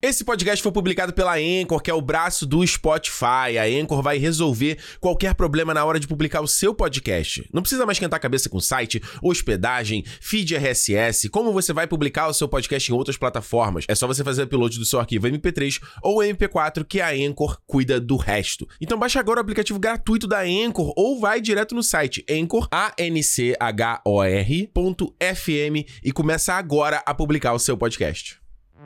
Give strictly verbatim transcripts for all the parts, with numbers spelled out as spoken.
Esse podcast foi publicado pela Anchor, que é o braço do Spotify. A Anchor vai resolver qualquer problema na hora de publicar o seu podcast. Não precisa mais esquentar a cabeça com site, hospedagem, feed R S S, como você vai publicar o seu podcast em outras plataformas. É só você fazer o upload do seu arquivo M P três ou M P quatro, que a Anchor cuida do resto. Então baixa agora o aplicativo gratuito da Anchor ou vai direto no site Anchor, A N C H O R ponto F M e começa agora a publicar o seu podcast.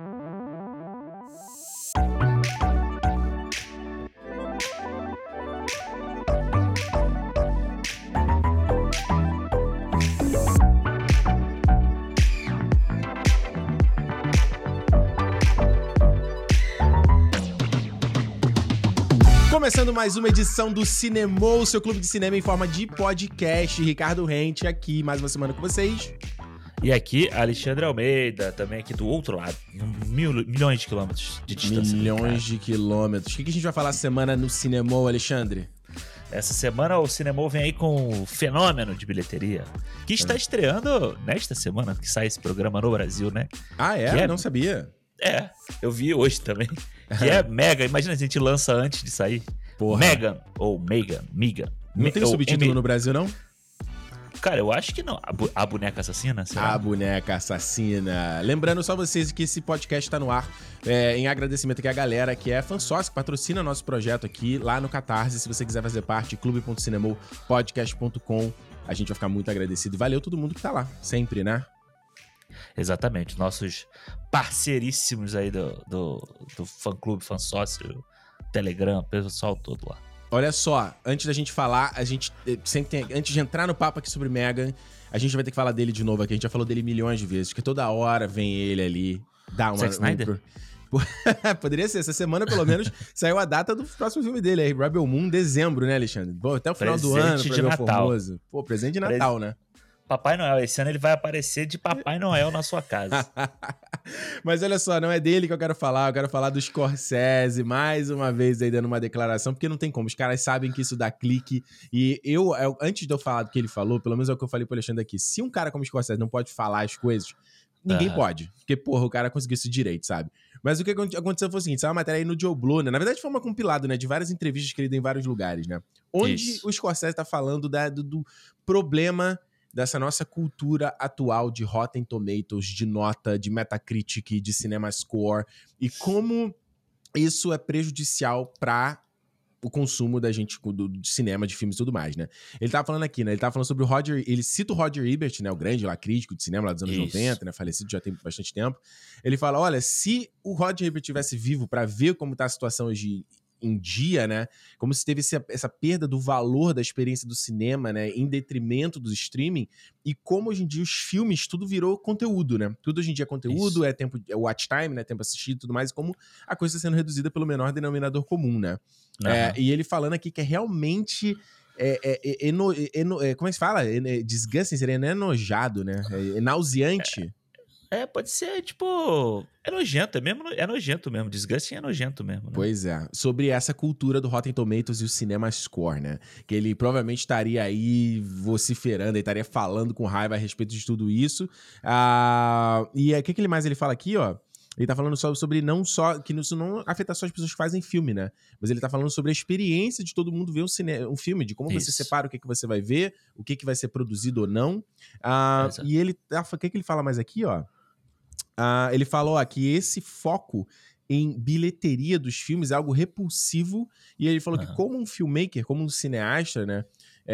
Começando mais uma edição do Cinemou, seu clube de cinema em forma de podcast. Ricardo Rente aqui, mais uma semana com vocês. E aqui, Alexandre Almeida, também aqui do outro lado, mil, milhões de quilômetros de distância. Milhões de quilômetros. O que, que a gente vai falar essa semana no Cinemou, Alexandre? Essa semana o Cinemou vem aí com o fenômeno de bilheteria, que está estreando nesta semana que sai esse programa no Brasil, né? Ah, é? Que é... Não sabia. É, eu vi hoje também. Que é Mega, imagina se a gente lança antes de sair. Porra. Megan, ou Megan, Miga. Não Me, tem ou subtítulo M... no Brasil, não? Cara, eu acho que não. A, bu- a boneca assassina? Será? A boneca assassina. Lembrando só vocês que esse podcast tá no ar é, em agradecimento aqui à galera que é fansócio, que patrocina nosso projeto aqui lá no Catarse. Se você quiser fazer parte, clube ponto cinemou podcast ponto com. A gente vai ficar muito agradecido. E valeu todo mundo que tá lá, sempre, né? Exatamente, nossos parceiríssimos aí do, do, do fã-clube, fã-sócio, Telegram, pessoal todo lá. Olha só, antes da gente falar, a gente sempre tem, antes de entrar no papo aqui sobre Megan, a gente vai ter que falar dele de novo aqui. A gente já falou dele milhões de vezes, porque toda hora vem ele ali, dá uma... Zack Snyder? Um... Poderia ser, essa semana pelo menos saiu a data do próximo filme dele aí, Rebel Moon, dezembro, né, Alexandre? Bom, até o final presente do ano, de pra ver o Natal. Formoso. Pô, presente de Natal, Pres... né? Papai Noel, esse ano ele vai aparecer de Papai Noel na sua casa. Mas olha só, não é dele que eu quero falar, eu quero falar do Scorsese, mais uma vez aí dando uma declaração, porque não tem como, os caras sabem que isso dá clique, e eu, eu antes de eu falar do que ele falou, pelo menos é o que eu falei pro Alexandre aqui, se um cara como o Scorsese não pode falar as coisas, ninguém Uhum. pode, porque porra, o cara conseguiu isso direito, sabe? Mas o que aconteceu foi o seguinte, saiu uma matéria aí no Joe Blow, né? Na verdade foi uma compilado, né, de várias entrevistas que ele deu em vários lugares, né? Onde Isso. o Scorsese tá falando da, do, do problema dessa nossa cultura atual de Rotten Tomatoes, de nota, de Metacritic, de CinemaScore, e como isso é prejudicial para o consumo da gente, do, do cinema, de filmes e tudo mais, né? Ele tava falando aqui, né? Ele tava falando sobre o Roger... Ele cita o Roger Ebert, né? O grande lá, crítico de cinema lá dos anos Isso. noventa, né? Falecido já tem bastante tempo. Ele fala, olha, se o Roger Ebert tivesse vivo para ver como tá a situação hoje em dia, né? Como se teve essa, essa perda do valor da experiência do cinema, né? Em detrimento do streaming, e como hoje em dia os filmes, tudo virou conteúdo, né? Tudo hoje em dia é conteúdo, Isso. é tempo, é watch time, né? Tempo assistido e tudo mais, e como a coisa está sendo reduzida pelo menor denominador comum, né? Uhum. É, e ele falando aqui que é realmente... É, é, é, eno, eno, é, como é que se fala? É, é, disgusting, seria né? enojado, né? É, é nauseante. É, pode ser, tipo, é nojento, é, mesmo, é nojento mesmo, desgaste é nojento mesmo, né? Pois é, sobre essa cultura do Rotten Tomatoes e o CinemaScore, né? Que ele provavelmente estaria aí vociferando, ele estaria falando com raiva a respeito de tudo isso. Ah, e o que, que ele mais ele fala aqui, ó? Ele tá falando só sobre não só... Que isso não afeta só as pessoas que fazem filme, né? Mas ele tá falando sobre a experiência de todo mundo ver um, cine, um filme, de como Isso. você separa o que, que você vai ver, o que, que vai ser produzido ou não. Ah, Exato. e ele... O que, que ele fala mais aqui, ó? Ah, ele falou ó, que esse foco em bilheteria dos filmes é algo repulsivo, e ele falou Uhum. que como um filmmaker, como um cineasta, né,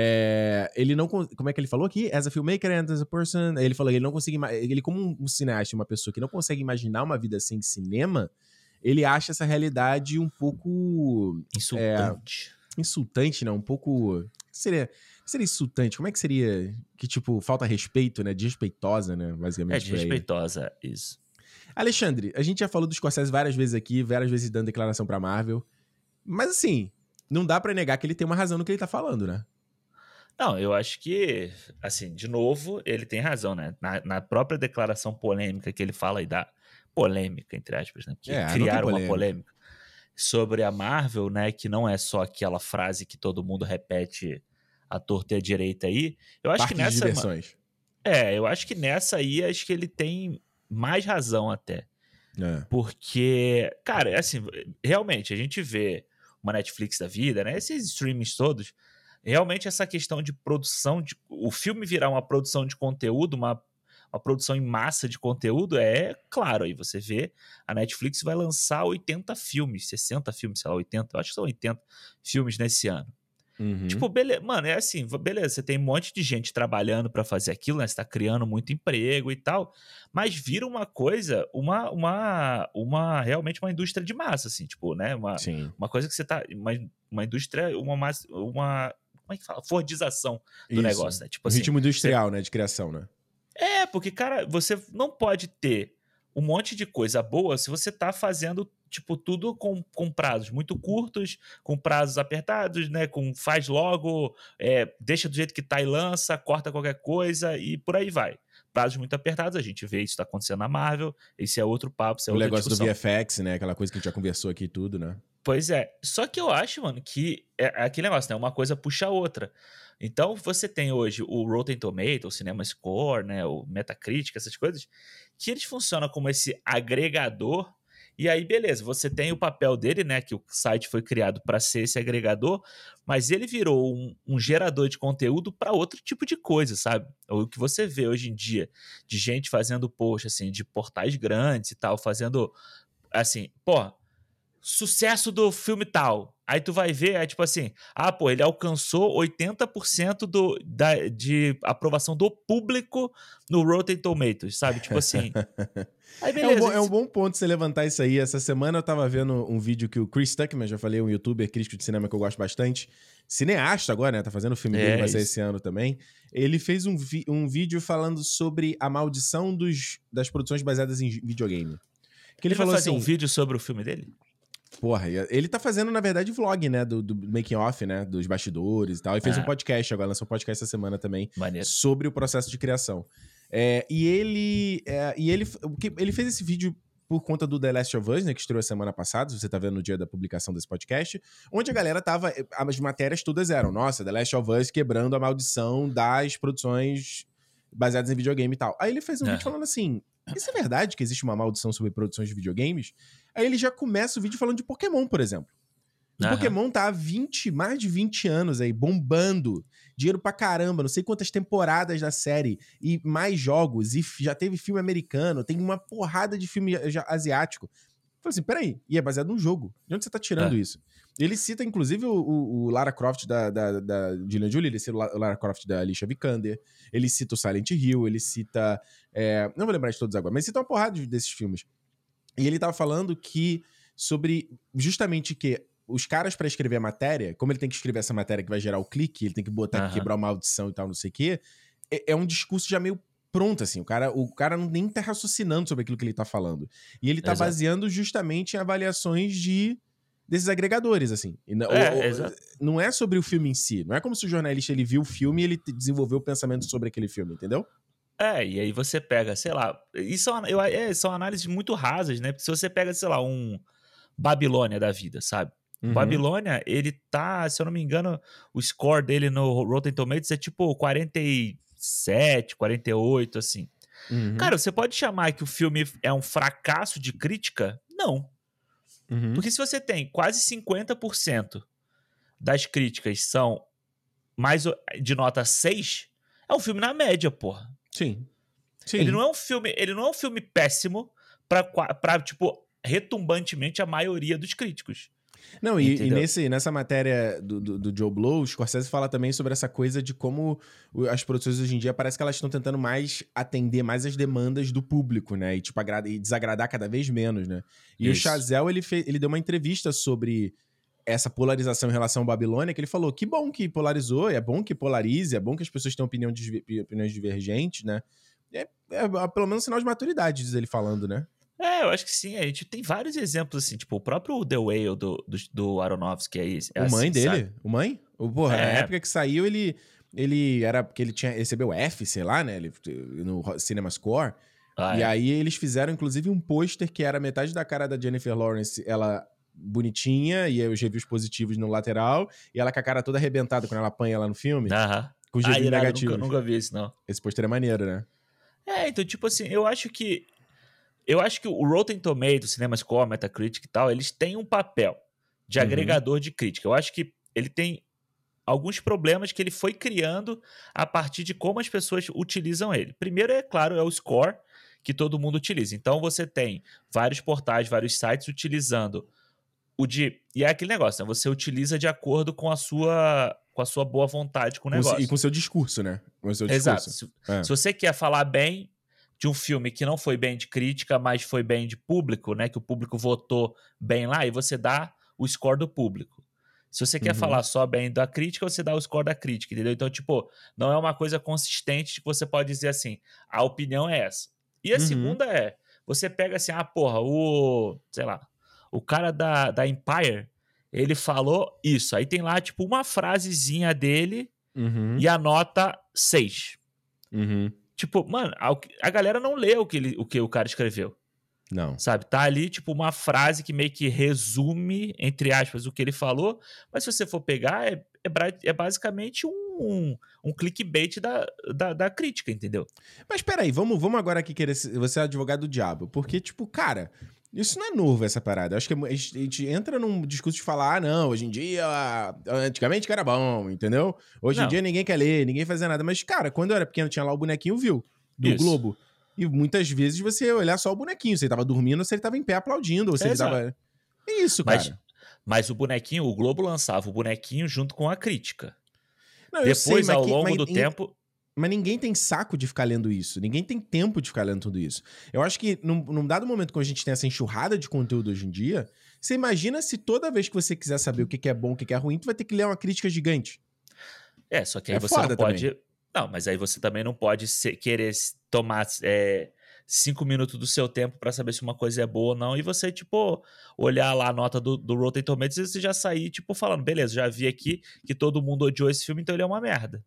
é, ele não... Como é que ele falou aqui? As a filmmaker and as a person... Ele falou que ele não consegue... Ele como um cineasta, uma pessoa que não consegue imaginar uma vida sem cinema, ele acha essa realidade um pouco... Insultante. É, insultante, não? Um pouco... Seria... Seria insultante? Como é que seria? Que, tipo, falta respeito, né? Desrespeitosa, né? Basicamente. É desrespeitosa, isso. Alexandre, a gente já falou do Scorsese várias vezes aqui, várias vezes dando declaração pra Marvel. Mas, assim, não dá pra negar que ele tem uma razão no que ele tá falando, né? Não, eu acho que, assim, de novo, ele tem razão, né? Na, na própria declaração polêmica que ele fala aí da polêmica, entre aspas, né? Que É, criaram polêmica. uma polêmica sobre a Marvel, né? Que não é só aquela frase que todo mundo repete à torta e à direita aí. Eu acho Parque que nessa... de diversões. É, eu acho que nessa aí, acho que ele tem mais razão até. É. Porque, cara, assim, realmente, a gente vê uma Netflix da vida, né? Esses streamings todos, realmente essa questão de produção, de, o filme virar uma produção de conteúdo, uma, uma produção em massa de conteúdo, é claro, aí você vê, a Netflix vai lançar oitenta filmes, sessenta filmes, sei lá, oitenta, eu acho que são oitenta filmes nesse ano. Uhum. Tipo, beleza, mano, é assim, beleza, você tem um monte de gente trabalhando pra fazer aquilo, né? Você tá criando muito emprego e tal, mas vira uma coisa, uma, uma, uma realmente uma indústria de massa, assim, tipo, né? Uma, Sim. uma coisa que você tá, uma, uma indústria, uma, massa- uma, como é que fala? Fordização do Isso. negócio, né? Tipo Um assim, ritmo você industrial, né? De criação, né? é, porque, cara, você não pode ter um monte de coisa boa se você tá fazendo, tipo, tudo com, com prazos muito curtos, com prazos apertados, né? Com faz logo, é, deixa do jeito que tá e lança, corta qualquer coisa e por aí vai. Prazos muito apertados, a gente vê isso tá acontecendo na Marvel, esse é outro papo, isso é O outra negócio do discussão. V F X, né? Aquela coisa que a gente já conversou aqui e tudo, né? Pois é. Só que eu acho, mano, que é é aquele negócio, né? Uma coisa puxa a outra. Então, você tem hoje o Rotten Tomatoes, o Cinema Score, né? O Metacritic, essas coisas, que eles funcionam como esse agregador. E aí, beleza, você tem o papel dele, né? Que o site foi criado para ser esse agregador, mas ele virou um, um gerador de conteúdo para outro tipo de coisa, sabe? O que você vê hoje em dia de gente fazendo post, assim, de portais grandes e tal, fazendo, assim, pô, sucesso do filme tal. Aí tu vai ver, é tipo assim, ah, pô, ele alcançou oitenta por cento do, da, de aprovação do público no Rotten Tomatoes, sabe? Tipo assim. Aí É um, beleza. bom, é um Esse... bom ponto você levantar isso aí. Essa semana eu tava vendo um vídeo que o Chris Tuckman, já falei, um youtuber crítico de cinema que eu gosto bastante, cineasta agora, né? Tá fazendo o filme dele, É vai sair isso. esse ano também. Ele fez um, vi- um vídeo falando sobre a maldição dos, das produções baseadas em videogame. Que ele Ele vai falou fazer um assim, vídeo sobre o filme dele? porra, ele tá fazendo, na verdade, vlog, né? Do, do making off, né? Dos bastidores e tal. E fez um Ah, podcast agora, lançou um podcast essa semana também maneiro. sobre o processo de criação. É, e ele. É, e ele, o que- ele fez esse vídeo por conta do The Last of Us, né? Que estreou a semana passada, você tá vendo no dia da publicação desse podcast, onde a galera tava. As matérias todas eram, nossa, The Last of Us quebrando a maldição das produções baseadas em videogame e tal. Aí ele fez um vídeo Aham. falando assim: isso é verdade que existe uma maldição sobre produções de videogames? Aí ele já começa o vídeo falando de Pokémon, por exemplo. O Aham. Pokémon tá há vinte, mais de vinte anos aí, bombando. Dinheiro pra caramba, não sei quantas temporadas da série. E mais jogos, e f- já teve filme americano, tem uma porrada de filme já- asiático. Falei assim, peraí, e é baseado num jogo. De onde você tá tirando É. isso? Ele cita, inclusive, o, o- o Lara Croft da, da, da Angelina Jolie, ele cita o La- o Lara Croft da Alicia Vikander, ele cita o Silent Hill, ele cita... é, não vou lembrar de todos agora, mas cita uma porrada de- desses filmes. E ele tava falando que sobre justamente que os caras pra escrever a matéria, como ele tem que escrever essa matéria que vai gerar o clique, ele tem que botar Aham. quebrar uma audição e tal, não sei o quê, é, é um discurso já meio pronto, assim. O cara, o cara não nem tá raciocinando sobre aquilo que ele tá falando. E ele tá Exato. baseando justamente em avaliações de desses agregadores, assim. E não, É, o- o- exato. não é sobre o filme em si. Não é como se o jornalista ele viu o filme e ele te- desenvolveu o pensamento sobre aquele filme, entendeu? É, e aí você pega, sei lá, isso são, eu, é, são análises muito rasas, né? Porque se você pega, sei lá, um Babilônia da vida, sabe? O Uhum. Babilônia, ele tá, se eu não me engano, o score dele no Rotten Tomatoes é tipo quarenta e sete, quarenta e oito, assim. Uhum. Cara, você pode chamar que o filme é um fracasso de crítica? Não. Uhum. Porque se você tem quase cinquenta por cento das críticas são mais o- de nota seis, é um filme na média, porra. Sim. Ele Sim. não é um filme, ele não é um filme péssimo pra, qua- pra tipo, retumbantemente a maioria dos críticos. Não, e, e Entendeu? nesse, nessa matéria do, do, do Joe Blow, o Scorsese fala também sobre essa coisa de como o- as produções hoje em dia parece que elas estão tentando mais atender mais as demandas do público, né? E, tipo, agrada, e desagradar cada vez menos, né? E o Isso. Chazelle, ele, fe- ele deu uma entrevista sobre essa polarização em relação ao Babilônia, que ele falou que bom que polarizou, é bom que polarize, é bom que as pessoas tenham opinião div- opiniões divergentes, né? É, é pelo menos um sinal de maturidade, diz ele falando, né? É, eu acho que sim. A gente tem vários exemplos, assim, tipo, o próprio The Whale do, do, do Aronofsky é, isso- é O mãe assim, sabe? dele? O mãe? O, porra, na É, época que saiu, ele. Ele era. Porque ele tinha, recebeu F, sei lá, né? Ele, no Cinema Score. ah, E é. aí eles fizeram, inclusive, um pôster que era metade da cara da Jennifer Lawrence, ela bonitinha, e aí os reviews positivos no lateral, e ela com a cara toda arrebentada quando ela apanha lá no filme, Aham. com os Ah, reviews irado, nunca, negativos. nunca vi isso, não. Esse pôster é maneiro, né? É, então, tipo assim, eu acho que eu acho que o Rotten Tomatoes, CinemaScore, Metacritic e tal, eles têm um papel de Uhum. agregador de crítica. Eu acho que ele tem alguns problemas que ele foi criando a partir de como as pessoas utilizam ele. Primeiro, é claro, é o score que todo mundo utiliza. Então, você tem vários portais, vários sites utilizando o de... E é aquele negócio, né? Você utiliza de acordo com a sua, com a sua boa vontade com o Com se- negócio. E com o seu discurso, né? Com o seu Exato. discurso. Se, É. se você quer falar bem de um filme que não foi bem de crítica, mas foi bem de público, né? Que o público votou bem lá, e você dá o score do público. Se você quer Uhum. falar só bem da crítica, você dá o score da crítica, entendeu? Então, tipo, não é uma coisa consistente que você pode dizer assim, a opinião é essa. E a Uhum. segunda é, você pega assim, ah, porra, o, sei lá, o cara da, da Empire, ele falou isso. Aí tem lá, tipo, uma frasezinha dele Uhum. e a nota seis. Uhum. Tipo, mano, a, a galera não lê o que, ele, o que o cara escreveu. Não. Sabe? Tá ali, tipo, uma frase que meio que resume, entre aspas, o que ele falou. Mas se você for pegar, é, é, bra- é basicamente um, um, um clickbait da, da, da crítica, entendeu? Mas peraí, vamos, vamos agora aqui querer... ser- Você é advogado do diabo. Porque, tipo, cara... Isso não é novo, essa parada. Eu acho que a gente entra num discurso de falar, ah, não, hoje em dia, antigamente que era bom, entendeu? Hoje em Não. dia ninguém quer ler, ninguém fazia nada. Mas, cara, quando eu era pequeno, tinha lá o bonequinho Viu, do Isso. Globo. E muitas vezes você ia olhar só o bonequinho, se ele tava dormindo ou se ele tava em pé aplaudindo, ou se É, ele exato. tava... É isso, Mas, cara. mas o bonequinho, o Globo lançava o bonequinho junto com a crítica. Não, eu Depois, sei, mas ao que- longo mas do em- tempo... Mas ninguém tem saco de ficar lendo isso. Ninguém tem tempo de ficar lendo tudo isso. Eu acho que num, num dado momento que a gente tem essa enxurrada de conteúdo hoje em dia, você imagina se toda vez que você quiser saber o que que é bom, o que que é ruim, tu vai ter que ler uma crítica gigante. É, só que aí É você não foda pode... também. Não, mas aí você também não pode ser- querer s- tomar é, cinco minutos do seu tempo pra saber se uma coisa é boa ou não, e você, tipo, olhar lá a nota do, do Rotten Tomatoes e você já sair, tipo, falando, beleza, já vi aqui que todo mundo odiou esse filme, então ele é uma merda.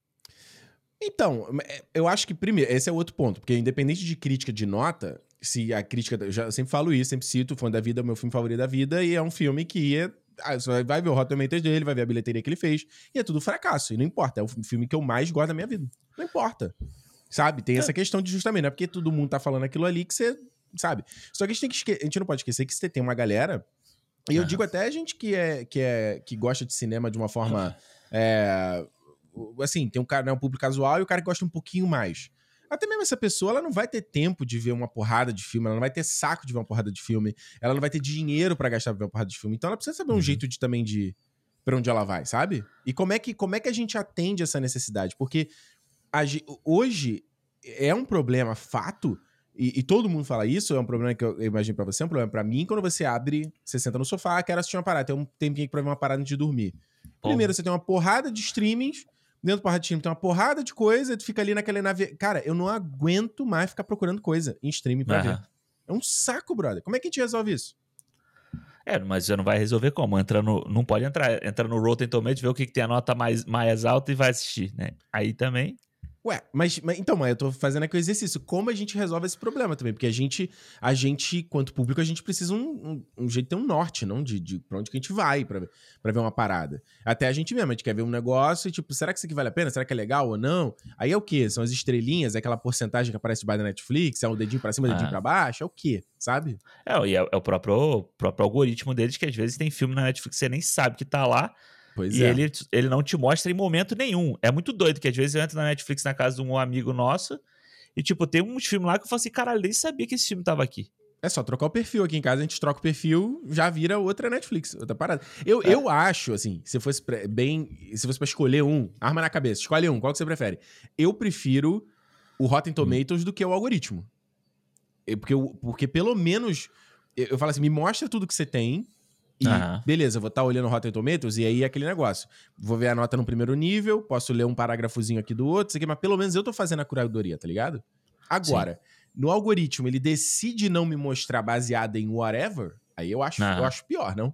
Então, é, eu acho que, primeiro, esse é outro ponto, porque independente de crítica de nota, se a crítica. Eu já sempre falo isso, sempre cito, Fã da Vida é o meu filme favorito da vida, e é um filme que é. Ah, você vai ver o Rotten Tomatoes dele, vai ver a bilheteria que ele fez, e é tudo fracasso. E não importa, é o filme que eu mais gosto da minha vida. Não importa. Sabe? Tem essa questão de justamente, não é porque todo mundo tá falando aquilo ali que você. Sabe? Só que a gente, tem que esque... a gente não pode esquecer que você tem uma galera. E eu Aham. digo até a gente que, é, que, é, que gosta de cinema de uma forma. É, assim, tem um cara, né, um público casual e o cara que gosta um pouquinho mais. Até mesmo essa pessoa, ela não vai ter tempo de ver uma porrada de filme, ela não vai ter saco de ver uma porrada de filme, ela não vai ter dinheiro pra gastar pra ver uma porrada de filme. Então ela precisa saber um Uhum. jeito de também de pra onde ela vai, sabe? E como é que, como é que a gente atende essa necessidade? Porque a ge- hoje é um problema fato, e, e todo mundo fala isso, é um problema que eu, eu imagino pra você, é um problema pra mim, quando você abre, você senta no sofá, quero assistir uma parada, tem um tempinho aqui pra ver uma parada antes de dormir. Primeiro, você tem uma porrada de streamings, dentro do porrada de streaming tem uma porrada de coisa, tu fica ali naquela nave... Cara, eu não aguento mais ficar procurando coisa em streaming pra ver. Aham. É um saco, brother. Como é que a gente resolve isso? É, mas você não vai resolver como? Entra no, não pode entrar. Entra no Rotten Tomatoes, ver o que, que tem a nota mais, mais alta e vai assistir, né? Aí também... Ué, mas, mas então, mas eu tô fazendo aqui o exercício. Como a gente resolve esse problema também? Porque a gente, a gente, quanto público, a gente precisa um, um, um jeito de ter um norte, não? De, de pra onde que a gente vai pra, pra ver uma parada. Até a gente mesmo, a gente quer ver um negócio e tipo, será que isso aqui vale a pena? Será que é legal ou não? Aí é o quê? São as estrelinhas, é aquela porcentagem que aparece debaixo da Netflix, é o dedinho pra cima, o dedinho Ah. pra baixo, é o quê? Sabe? É, e é, é o próprio, próprio algoritmo deles, que às vezes tem filme na Netflix que você nem sabe que tá lá, Pois e é. ele, ele não te mostra em momento nenhum. É muito doido, que às vezes eu entro na Netflix na casa de um amigo nosso, e tipo, tem uns filmes lá que eu falo assim, caralho, nem sabia que esse filme tava aqui. É só trocar o perfil. Aqui em casa a gente troca o perfil, já vira outra Netflix, outra parada. Eu, É. eu acho, assim, se fosse pra- bem. Se fosse pra escolher um, arma na cabeça, escolhe um, qual que você prefere? Eu prefiro o Rotten Tomatoes do que o algoritmo. Eu- porque, eu- porque pelo menos. Eu, eu falo assim, me mostra tudo que você tem. E, Aham. beleza, eu vou estar olhando o Rotten Tomatoes e aí é aquele negócio. Vou ver a nota no primeiro nível, posso ler um parágrafozinho aqui do outro, isso aqui, mas pelo menos eu tô fazendo a curadoria, tá ligado? Agora, no algoritmo, ele decide não me mostrar baseado em whatever, aí eu acho, eu Aham. acho pior, não?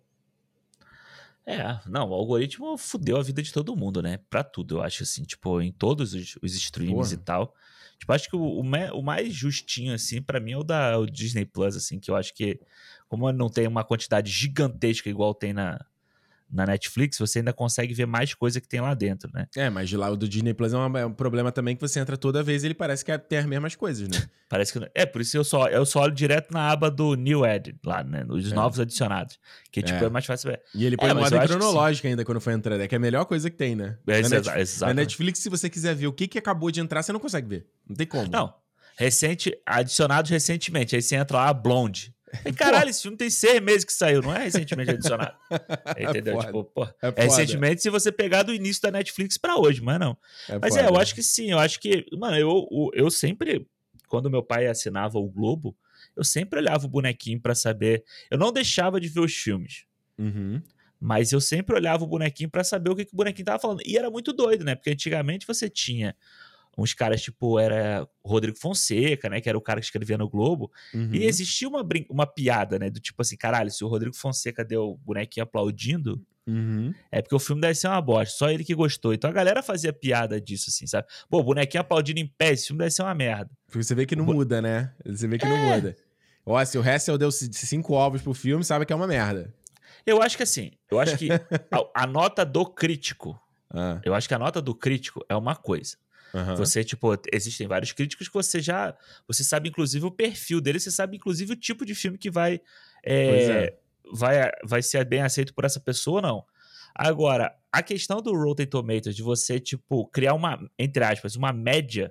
É, não, o algoritmo fudeu a vida de todo mundo, né? Pra tudo, eu acho assim, tipo, em todos os, os streams Porra. e tal. Tipo, acho que o, o, me- o mais justinho, assim, pra mim é o da o Disney Plus, assim, que eu acho que, como não tem uma quantidade gigantesca igual tem na, na Netflix, você ainda consegue ver mais coisa que tem lá dentro, né? É, mas de lá o do Disney Plus é, uma, é um problema também que você entra toda vez e ele parece que tem as mesmas coisas, né? Parece que... É, por isso eu só, eu só olho direto na aba do New Add, lá, né? Os É. novos adicionados. Que, tipo, é, É. é mais fácil ver. E ele põe É, no mas eu ordem acho que cronológica ainda quando foi entrando. É que é a melhor coisa que tem, né? É, na, exa- Netflix, na exatamente. Netflix, se você quiser ver o que, que acabou de entrar, você não consegue ver. Não tem como. Não, recente, adicionados recentemente. Aí você entra lá, Blonde. Aí, caralho, esse filme tem seis meses que saiu, não é recentemente adicionado. Entendeu? É foda. Tipo, pô, É é foda. recentemente se você pegar do início da Netflix pra hoje, mas não. É Mas foda. é, eu acho que sim, eu acho que, mano, eu, eu, eu sempre, quando meu pai assinava o Globo, eu sempre olhava o bonequinho pra saber. Eu não deixava de ver os filmes, Uhum. mas eu sempre olhava o bonequinho pra saber o que, que o bonequinho tava falando. E era muito doido, né? Porque antigamente você tinha uns caras, tipo, era o Rodrigo Fonseca, né? Que era o cara que escrevia no Globo. Uhum. E existia uma, brin- uma piada, né? Do tipo assim, caralho, se o Rodrigo Fonseca deu o bonequinho aplaudindo, Uhum. é porque o filme deve ser uma bosta. Só ele que gostou. Então a galera fazia piada disso, assim, sabe? Pô, o bonequinho aplaudindo em pé, esse filme deve ser uma merda. Porque você vê que não O bo- muda, né? Você vê que É. não muda. Ó, se o Hessel deu c- cinco ovos pro filme, sabe que é uma merda. Eu acho que assim, eu acho que a, a nota do crítico, Ah. eu acho que a nota do crítico é uma coisa. Aham. Você, tipo, existem vários críticos que você já. Você sabe, inclusive, o perfil dele, você sabe, inclusive, o tipo de filme que vai. é, Pois é. vai, vai ser bem aceito por essa pessoa ou não. Agora, a questão do Rotten Tomatoes, de você, tipo, criar uma, entre aspas, uma média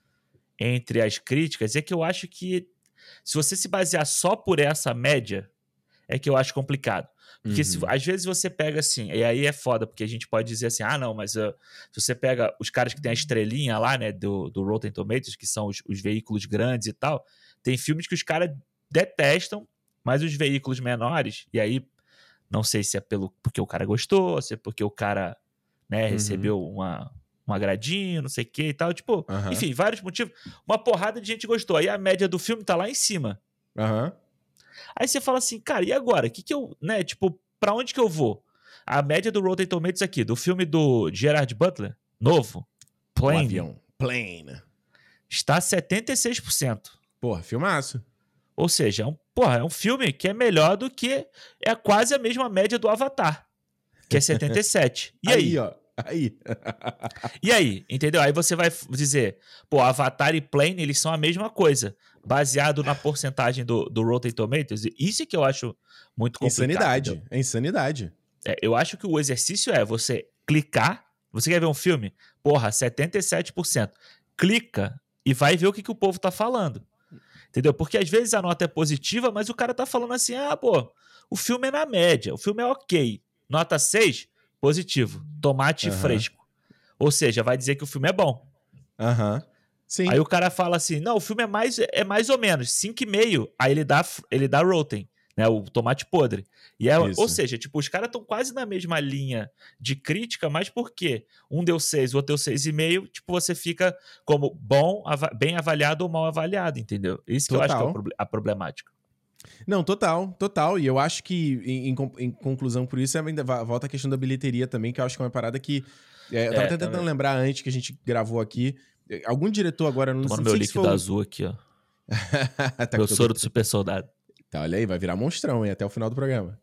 entre as críticas, é que eu acho que se você se basear só por essa média, é que eu acho complicado. Porque Uhum. se, às vezes você pega assim, e aí é foda, porque a gente pode dizer assim, ah, não, mas uh, se você pega os caras que tem a estrelinha lá, né, do, do Rotten Tomatoes, que são os, os veículos grandes e tal, tem filmes que os caras detestam, mas os veículos menores, e aí não sei se é pelo, porque o cara gostou, se é porque o cara, né, Uhum. recebeu uma, um agradinho, não sei o que e tal, tipo, Aham. enfim, vários motivos. Uma porrada de gente gostou, aí a média do filme tá lá em cima. Aham. Aí você fala assim, cara, e agora? Que que eu, né, tipo, pra onde que eu vou? A média do Rotten Tomatoes aqui, do filme do Gerard Butler, novo, O Plane, avião. Plane. está setenta e seis por cento. Porra, filmaço. Ou seja, é um, porra, é um filme que é melhor do que, é quase a mesma média do Avatar, que é setenta e sete. E aí? Aí, ó. Aí. E aí? Entendeu? Aí você vai f- dizer, pô, Avatar e Plane, eles são a mesma coisa, baseado na porcentagem do, do Rotten Tomatoes. E isso que eu acho muito complicado. Insanidade. entendeu? É insanidade. É, eu acho que o exercício é você clicar. Você quer ver um filme? Porra, setenta e sete por cento. Clica e vai ver o que, que o povo tá falando. Entendeu? Porque às vezes a nota é positiva, mas o cara tá falando assim: ah, pô, o filme é na média, o filme é ok. Nota seis, positivo. Tomate Aham. fresco. Ou seja, vai dizer que o filme é bom. Aham. Sim. Aí o cara fala assim: não, o filme é mais, é mais ou menos, cinco vírgula cinco. Aí ele dá, ele dá Rotten, né? O tomate podre. E é, Isso. ou seja, tipo, os caras estão quase na mesma linha de crítica, mas por quê? Um deu seis, o outro deu seis vírgula cinco, tipo, você fica como bom, ava- bem avaliado ou mal avaliado, entendeu? Isso que eu acho que é o Total. proble- a problemática. Não, total, total. E eu acho que, em, em con- em conclusão por isso, ainda va- volta a questão da bilheteria também, que eu acho que é uma parada que. é, eu tava É, até tentando também. lembrar antes que a gente gravou aqui. é, Algum diretor agora, não, não Tomando sei meu se líquido foi. o- azul aqui, ó. Tá Meu com- soro do super soldado. Tá, olha aí, vai virar monstrão, hein, até o final do programa.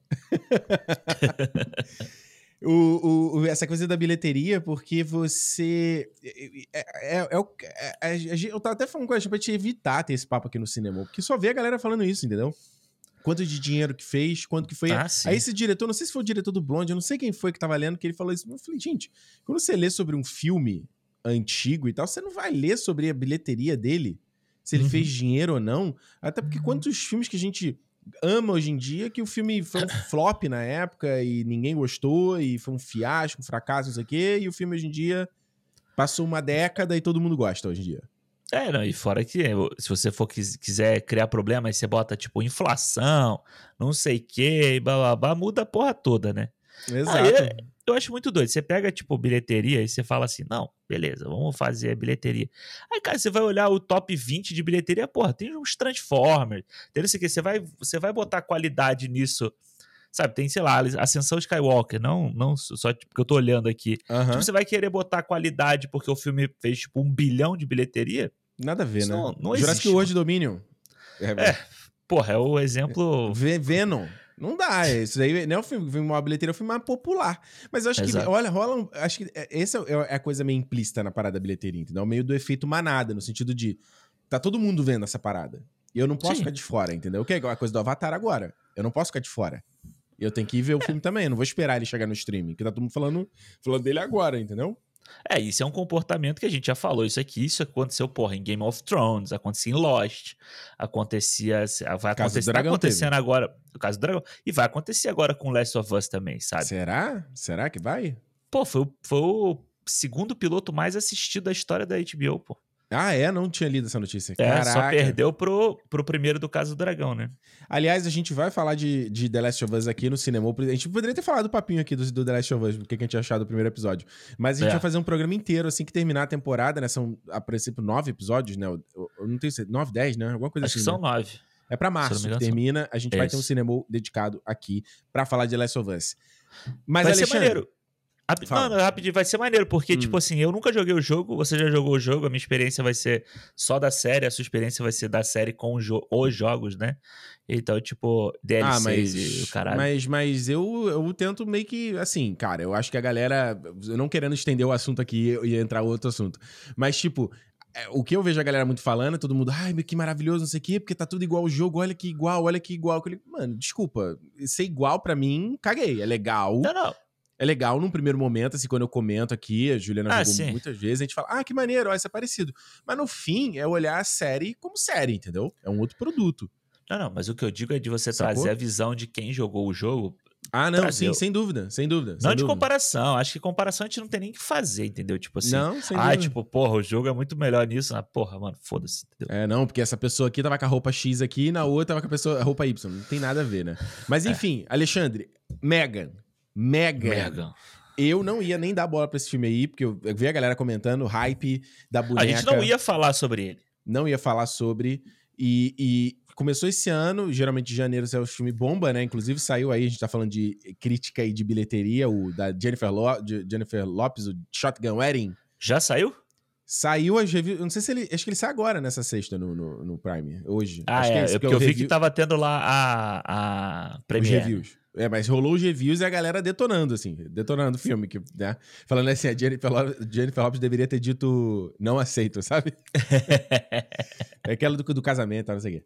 o, o- o- essa coisa da bilheteria, porque você. É, é- é o- é- é- a gente- eu tava até falando com a gente pra gente evitar ter esse papo aqui no cinema, porque só vê a galera falando isso, entendeu? Quanto de dinheiro que fez, quanto que foi. Ah, sim. Aí esse diretor, não sei se foi o diretor do Blonde, eu não sei quem foi que tava lendo, que ele falou isso. Eu falei, gente, quando você lê sobre um filme antigo e tal, você não vai ler sobre a bilheteria dele, se ele Uhum. fez dinheiro ou não. Até porque quantos filmes que a gente ama hoje em dia, que o filme foi um flop na época e ninguém gostou, e foi um fiasco, um fracasso, não sei o quê, e o filme hoje em dia passou uma década e todo mundo gosta hoje em dia. É, não, e fora que se você for quis- quiser criar problema, aí você bota, tipo, inflação, não sei o que, e blá, blá, blá, muda a porra toda, né? Aí Exato. é- eu acho muito doido. Você pega, tipo, bilheteria e você fala assim, não, beleza, vamos fazer a bilheteria. Aí, cara, você vai olhar o top vinte de bilheteria, porra, tem uns Transformers, tem não sei o que, você vai, você vai botar qualidade nisso, sabe? Tem, sei lá, Ascensão Skywalker, não, não só tipo, porque eu tô olhando aqui. Aham. Tipo, você vai querer botar qualidade porque o filme fez, tipo, um bilhão de bilheteria? Nada a ver, Isso né? não- não Jurassic existe, World Dominion. É, É, porra, é o exemplo... Ve- Venom. Não dá, isso aí não é um filme, o filme uma bilheteria, é um filme mais popular. Mas eu acho Exato. que, olha, rola um, acho que essa é a coisa meio implícita na parada da bilheteria, entendeu? Meio do efeito manada, no sentido de, tá todo mundo vendo essa parada. E eu não posso Sim. ficar de fora, entendeu? Que é igual a coisa do Avatar agora. Eu não posso ficar de fora. Eu tenho que ir ver o filme também, eu não vou esperar ele chegar no streaming, que tá todo mundo falando, falando dele agora, entendeu? É, isso é um comportamento que a gente já falou. Isso aqui, isso aconteceu, porra, em Game of Thrones, acontecia em Lost, acontecia. Vai Caso do acontecer, tá Dragão acontecendo teve. agora. No caso do Dragão. E vai acontecer agora com Last of Us também, sabe? Será? Será que vai? Pô, foi, o- foi o segundo piloto mais assistido da história da H B O, pô. Ah, é? Não tinha lido essa notícia. É, Caraca. só perdeu pro, pro primeiro do Caso do Dragão, né? Aliás, a gente vai falar de, de The Last of Us aqui no cinema. A gente poderia ter falado do papinho aqui do, do The Last of Us, o que a gente achou do primeiro episódio. Mas a gente É. vai fazer um programa inteiro assim que terminar a temporada, né? São, a princípio, nove episódios, né? Eu, eu- eu não tenho certeza. Nove, dez, né? Alguma coisa Acho que assim. são né? nove. É pra Se eu não março me que engano, são- termina. A gente vai ter um Isso. cinema dedicado aqui pra falar de The Last of Us. Mas, Vai Alexandre... ser maneiro. Rapi- Fala. Não, não, rapidinho, vai ser maneiro, porque, Hum. tipo assim, eu nunca joguei o jogo, você já jogou o jogo, a minha experiência vai ser só da série, a sua experiência vai ser da série com o jo- os jogos, né? Então, tipo, D L Cs Ah, mas, e o caralho. mas, mas eu, eu tento meio que, assim, cara, eu acho que a galera, eu não querendo estender o assunto aqui e entrar outro assunto, mas tipo, é, o que eu vejo a galera muito falando, é todo mundo, ai, que maravilhoso, não sei o quê, porque tá tudo igual ao jogo, olha que igual, olha que igual. Eu falei, mano, desculpa, ser igual pra mim, caguei, é legal. Não, não. É legal num primeiro momento, assim, quando eu comento aqui, a Juliana Ah, jogou sim. muitas vezes, a gente fala, ah, que maneiro, ó, isso é parecido. Mas no fim, é olhar a série como série, entendeu? É um outro produto. Não, não, mas o que eu digo é de você Sacou? trazer a visão de quem jogou o jogo. Ah, não, Trazer sim, o- sem dúvida, sem dúvida. Não sem de dúvida. comparação. Acho que comparação a gente não tem nem o que fazer, entendeu? Tipo assim. Não, sem ah, dúvida. tipo, porra, o jogo é muito melhor nisso. Ah, porra, mano, foda-se, entendeu? É, não, porque essa pessoa aqui tava com a roupa X aqui e na outra tava com a pessoa, a roupa Y. Não tem nada a ver, né? Mas enfim, Alexandre, Megan. Megan. Megan. Eu não ia nem dar bola pra esse filme aí, porque eu eu vi a galera comentando o hype da boneca. A gente não ia falar sobre ele. Não ia falar sobre. E, e começou esse ano, geralmente de janeiro é o filme bomba, né? Inclusive saiu aí, a gente tá falando de crítica e de bilheteria, o da Jennifer, Lo de Jennifer Lopez, o Shotgun Wedding. Já saiu? Saiu as reviews. Eu não sei se ele. Acho que ele sai agora nessa sexta no, no, no Prime, hoje. Ah, acho é. que isso, é porque eu o vi review- que tava tendo lá a, a os Premiere. reviews. É, mas rolou os reviews e a galera detonando, assim, detonando o filme, que, né? Falando assim, a Jennifer Lopez, Jennifer Lopez deveria ter dito não aceito, sabe? É aquela do, do casamento, tá, não sei o quê.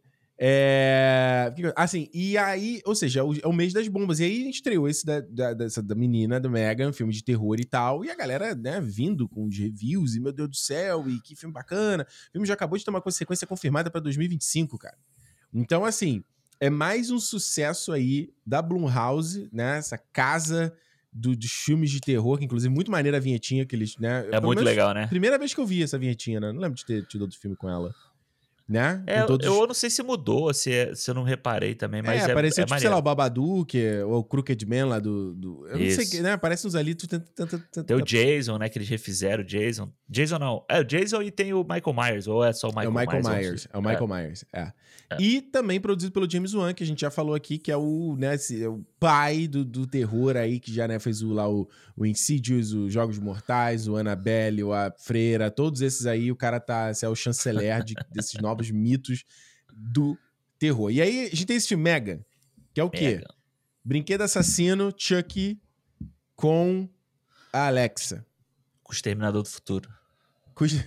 É. Assim, e aí, ou seja, é o, é o mês das bombas. E aí estreou esse da, da, dessa, da menina, do Megan, filme de terror e tal. E a galera, né, vindo com os reviews, e meu Deus do céu, e que filme bacana. O filme já acabou de ter uma consequência confirmada pra dois mil e vinte e cinco, cara. Então, assim, é mais um sucesso aí da Blumhouse, né? Essa casa do, dos filmes de terror, que inclusive muito maneira a vinhetinha que eles, né? É pelo muito menos, legal, né? Primeira vez que eu vi essa vinhetinha, né? Não lembro de ter tido outro filme com ela. Né? É, Com todos... eu não sei se mudou, se, é- se eu não reparei também, mas é, é, apareceu, é tipo, sei lá, maneiro. o Babadook, ou o Crooked Man lá do... do... Eu não sei, Isso. que, né? Aparece uns ali, tu tenta... tenta, tenta... Tem o Jason, né, que eles refizeram o Jason. Jason não, é o Jason e tem o Michael Myers, ou é só o Michael É o Michael Myers? eu não Myers, sei. é o Michael Myers, é. E também produzido pelo James Wan, que a gente já falou aqui, que é o, né, esse- é o pai do, do terror aí, que já, né, fez o, lá o, o Insidious, os Jogos Mortais, o Annabelle, o A Freira, todos esses aí, o cara tá, esse é o chanceler de- desses novos mitos do terror. E aí, a gente tem esse filme Megan, que é o quê? Megan. Brinquedo assassino, Chucky, com a Alexa. Com o Exterminador do Futuro. Cuja...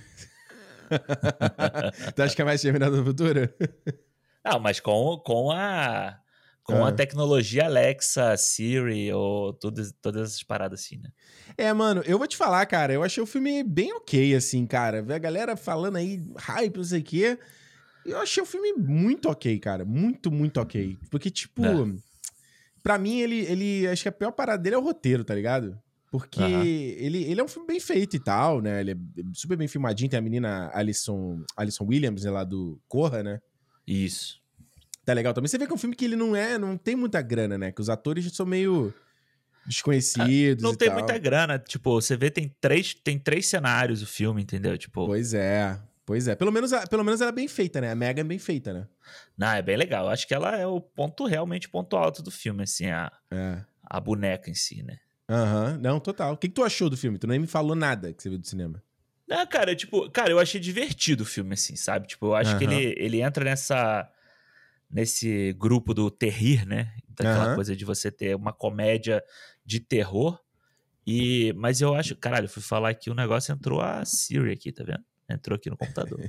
tu acha que é mais Terminador do Futuro? Ah, mas com, com a com Ah. a tecnologia Alexa, Siri, ou todas, todas essas paradas assim, né? É, mano, eu vou te falar, cara, eu achei o filme bem ok, assim, cara. Ver a galera falando aí, hype, não sei o quê. Eu achei o filme muito ok, cara. Muito, muito ok. Porque, tipo, É. pra mim, ele, ele. Acho que a pior parada dele é o roteiro, tá ligado? Porque Aham. ele, ele é um filme bem feito e tal, né? Ele é super bem filmadinho. Tem a menina Alison, Alison Williams, né, lá do Corra, né? Isso. Tá legal também. Você vê que é um filme que ele não é, não tem muita grana, né? Que os atores são meio desconhecidos Não e tem tal. muita grana. Tipo, você vê, tem três, tem três cenários o filme, entendeu? Tipo, Pois é, pois é. Pelo menos, a- pelo menos ela é bem feita, né? A Megan é bem feita, né? não, é bem legal. Eu acho que ela é o ponto, realmente, ponto alto do filme, assim, a, É. a boneca em si, né? Aham, não, total. O que, que tu achou do filme? Tu nem me falou nada que você viu do cinema. Não, cara, tipo, cara, eu achei divertido o filme, assim, sabe? Tipo, eu acho que Aham. ele, ele entra nessa. nesse grupo do terrir, né? Daquela Aham. coisa de você ter uma comédia de terror. E, mas eu acho... Caralho, eu fui falar aqui, o negócio entrou a Siri aqui, tá vendo? Entrou aqui no computador.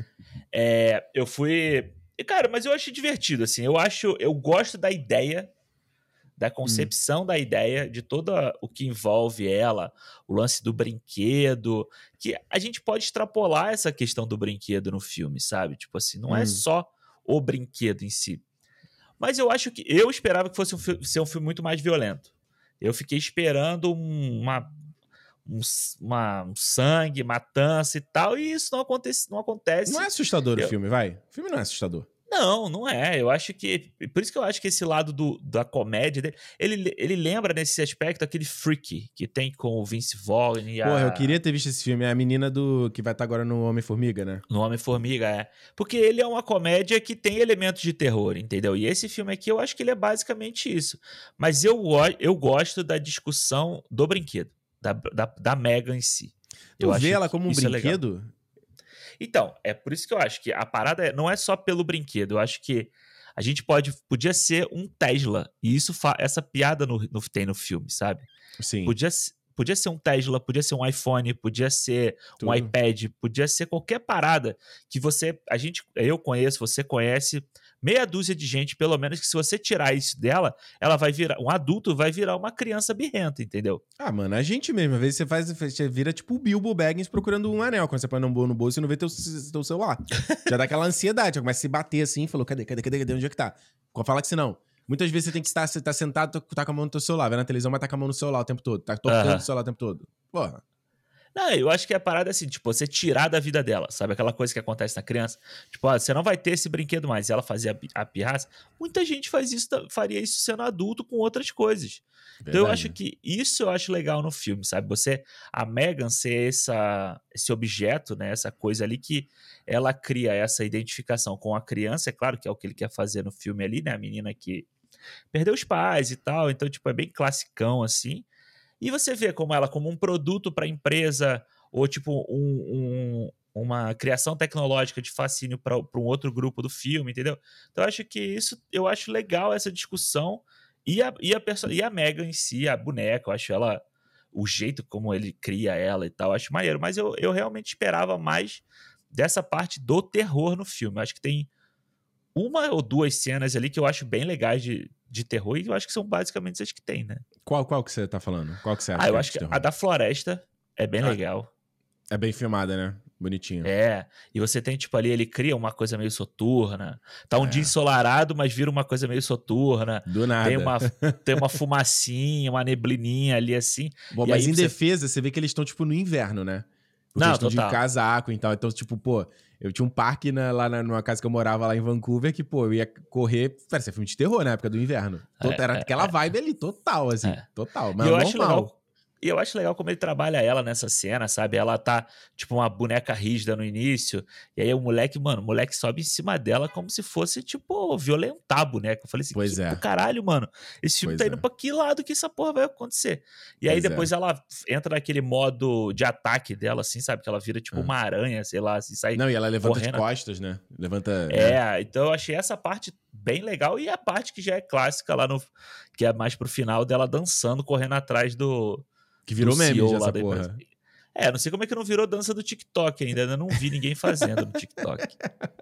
É, eu fui... e, Cara, mas eu achei divertido, assim. Eu acho... Eu gosto da ideia, da concepção da ideia, de todo o que envolve ela, o lance do brinquedo, que a gente pode extrapolar essa questão do brinquedo no filme, sabe? Tipo assim, não é Hum. só o brinquedo em si. Mas eu acho que... Eu esperava que fosse um fi- ser um filme muito mais violento. Eu fiquei esperando um- uma, um, s- uma- um sangue, matança e tal, e isso não acontece. Não acontece. Não é assustador o Eu- filme, vai? O filme não é assustador. Não, não é. Eu acho que... Por isso que eu acho que esse lado do, da comédia dele... Ele, ele lembra, nesse aspecto, aquele Freaky que tem com o Vince Vaughn e a... Porra, eu queria ter visto esse filme. É a menina do que vai estar agora no Homem-Formiga, né? No Homem-Formiga, é. Porque ele é uma comédia que tem elementos de terror, entendeu? E esse filme aqui, eu acho que ele é basicamente isso. Mas eu, go- eu gosto da discussão do brinquedo, da, da, da Megan em si. Tu Eu vê acho ela que como um isso é legal. brinquedo? Então, é por isso que eu acho que a parada é- não é só pelo brinquedo. Eu acho que a gente pode, podia ser um Tesla. E isso fa- essa piada no, no- tem no filme, sabe? Sim. Podia, s- podia ser um Tesla, podia ser um iPhone, podia ser um Tudo. iPad, podia ser qualquer parada que você, a gente, eu conheço, você conhece, meia dúzia de gente, pelo menos, que se você tirar isso dela, ela vai virar, um adulto vai virar uma criança birrenta, entendeu? Ah, mano, a gente mesmo. Às vezes você faz, você vira tipo o Bilbo Baggins procurando um anel. Quando você põe no bol- no bolso e não vê teu, teu celular. Já dá aquela ansiedade, já começa a se bater assim, falou, cadê, cadê, cadê, cadê, onde é que tá? Fala que se não. Muitas vezes você tem que estar, você tá sentado, tá com a mão no teu celular, vai na televisão, mas tá com a mão no celular o tempo todo. Tá tocando Aham. o celular o tempo todo. Porra. Não, eu acho que a parada é assim, tipo, você tirar da vida dela, sabe? Aquela coisa que acontece na criança. Tipo, ó, você não vai ter esse brinquedo mais. E ela fazia a pi- a pirraça. Muita gente faz isso, ta- faria isso sendo adulto com outras coisas. Então eu Verdade. acho que isso eu acho legal no filme, sabe? Você, a Megan ser essa, esse objeto, né? Essa coisa ali que ela cria essa identificação com a criança, é claro que é o que ele quer fazer no filme ali, né? A menina que perdeu os pais e tal, então, tipo, é bem classicão, assim. E você vê como ela, como um produto para a empresa, ou tipo um, um- uma criação tecnológica de fascínio para um outro grupo do filme, entendeu? Então eu acho que isso, eu acho legal essa discussão. E a, e a, perso- e a Megan em si, a boneca, eu acho ela, o jeito como ele cria ela e tal, eu acho maneiro. Mas eu, eu realmente esperava mais dessa parte do terror no filme. Eu acho que tem uma ou duas cenas ali que eu acho bem legais de, de terror, e eu acho que são basicamente as que tem, né? Qual, qual que você tá falando? Qual que você acha Ah, eu que é acho de que terror? a da floresta é bem Ah. legal. É bem filmada, né? Bonitinho. É, e você tem, tipo, ali, ele cria uma coisa meio soturna. Tá um É. dia ensolarado, mas vira uma coisa meio soturna. Do nada. Tem uma, tem uma fumacinha, uma neblininha ali, assim. Bom, E mas aí em você- defesa, você vê que eles estão, tipo, no inverno, né? Porque Não, eles estão de total. casaco e tal. Então, tipo, pô, eu tinha um parque na- lá na, numa casa que eu morava lá em Vancouver que, pô, eu ia correr. Parece filme de terror na época do inverno. Tot- É, Era é, aquela vibe ali, total, assim. É. Total. E Mas eu normal. acho legal. E eu acho legal como ele trabalha ela nessa cena, sabe? Ela tá, tipo, uma boneca rígida no início. E aí o moleque, mano, o moleque sobe em cima dela como se fosse, tipo, violentar a boneca. Eu falei assim, Pois que é. do caralho, mano. Esse filme Pois tá indo é. pra que lado que essa porra vai acontecer? E aí Pois é. depois ela entra naquele modo de ataque dela, assim, sabe? Que ela vira, tipo, Ah. uma aranha, sei lá, assim, sai... Não, e ela levanta correndo. de costas, né? Levanta. né? É, então eu achei essa parte bem legal. E a parte que já é clássica lá no... Que é mais pro final dela dançando, correndo atrás do... Que virou do meme C E O já lá essa da porra. empresa. É, não sei como é que não virou dança do TikTok ainda. Ainda não vi ninguém fazendo no TikTok.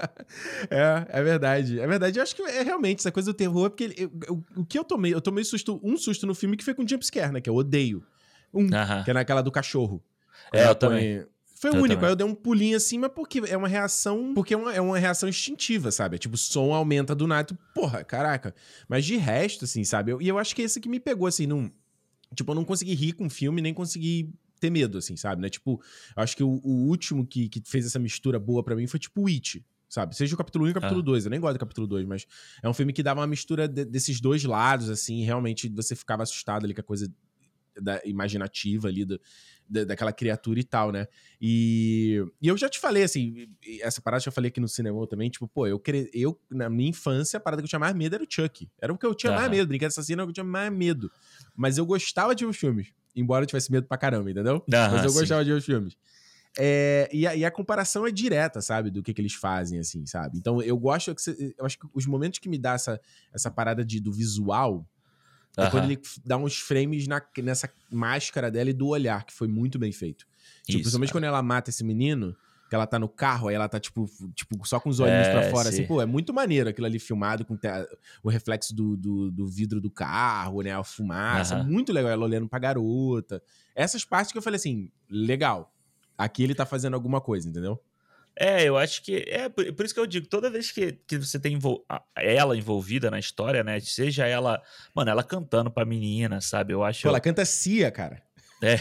É, é verdade. É verdade. Eu acho que é realmente essa coisa do terror, porque ele- eu- eu- o que eu tomei, eu tomei susto, um susto no filme que foi com jumpscare, né? Que eu odeio. Um, Aham. que é naquela do cachorro. É, Ela eu também. Foi o Eu único. também. Aí eu dei um pulinho assim, mas porque é uma reação. Porque é uma, é uma reação instintiva, sabe? É tipo, o som aumenta do nada. tu, Porra, caraca. Mas de resto, assim, sabe? Eu- e eu acho que esse que me pegou, assim, não. Tipo, eu não consegui rir com o filme, nem consegui ter medo, assim, sabe? Né? Tipo, eu acho que o, o último que, que fez essa mistura boa pra mim foi tipo o It, sabe? Seja o capítulo um e o capítulo Ah. dois. Eu nem gosto do capítulo dois, mas é um filme que dava uma mistura de- desses dois lados, assim, e realmente você ficava assustado ali com a coisa da, imaginativa ali, do, da, daquela criatura e tal, né? E, e eu já te falei, assim, essa parada que eu falei aqui no cinema também, tipo, pô, eu, cre... eu na minha infância, a parada que eu tinha mais medo era o Chuck. Era o que eu tinha mais Aham. medo, brinquedo assassino era o que eu tinha mais medo. Mas eu gostava de ver os filmes, embora eu tivesse medo pra caramba, entendeu? Aham, Mas eu sim. gostava de ver os filmes. É, e, a, e a comparação é direta, sabe? Do que, que eles fazem, assim, sabe? Então, eu gosto... Que cê, eu acho que os momentos que me dá essa, essa parada de, do visual... É Aham. quando ele dá uns frames na, nessa máscara dela e do olhar, que foi muito bem feito. Tipo, Isso, principalmente cara. quando ela mata esse menino, que ela tá no carro, aí ela tá, tipo, tipo só com os olhinhos É, pra fora, sim. assim, pô, é muito maneiro aquilo ali filmado com te- o reflexo do, do, do vidro do carro, né, a fumaça, Aham. muito legal, ela olhando pra garota. Essas partes que eu falei assim, legal, aqui ele tá fazendo alguma coisa, entendeu? É, eu acho que. É por, por isso que eu digo, toda vez que, que você tem envol- a- ela envolvida na história, né? Seja ela. Mano, ela cantando pra menina, sabe? Eu acho. Pô, ela canta Cia, cara. É.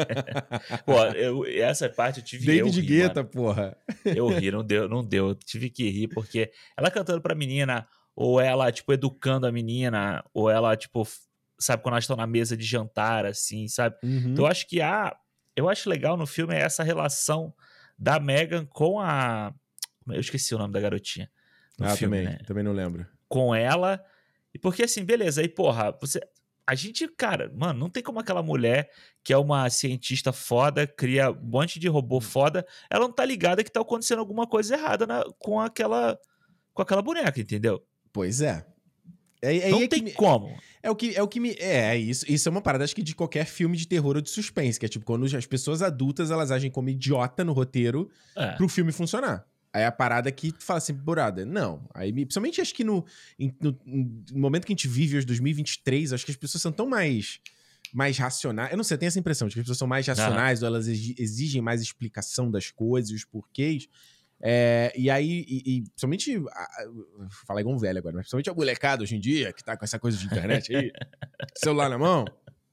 Pô, eu, essa parte eu tive eu David rir, Guetta, mano. porra. Eu ri, não deu, não deu. Eu tive que rir, porque ela cantando pra menina, ou ela, tipo, educando a menina, ou ela, tipo, f- sabe, quando elas estão na mesa de jantar, assim, sabe? Então Uhum. eu acho que a. Eu acho legal no filme é essa relação da Megan com a. Eu esqueci o nome da garotinha no Ah, filme, também, né? também não lembro. Com ela. E porque assim, beleza, aí, porra, você. A gente, cara, mano, não tem como aquela mulher que é uma cientista foda, cria um monte de robô foda, ela não tá ligada que tá acontecendo alguma coisa errada na- com aquela com aquela boneca, entendeu? Pois é. É, é, Não é, que tem me- como. é o que é o que me é, é isso, isso é uma parada acho que de qualquer filme de terror ou de suspense, que é tipo quando as pessoas adultas elas agem como idiota no roteiro É. pro filme funcionar. Aí a parada que tu fala assim, brother, não. Aí, me- principalmente acho que no, em- no, no momento que a gente vive hoje, dois mil e vinte e três, acho que as pessoas são tão mais mais racionais. Eu não sei, eu tenho essa impressão de que as pessoas são mais Aham. racionais, ou elas exi- exigem mais explicação das coisas, os porquês. É, e aí, e, e principalmente, a- a- vou falar igual um velho agora, mas principalmente a molecada hoje em dia, que tá com essa coisa de internet aí, celular na mão,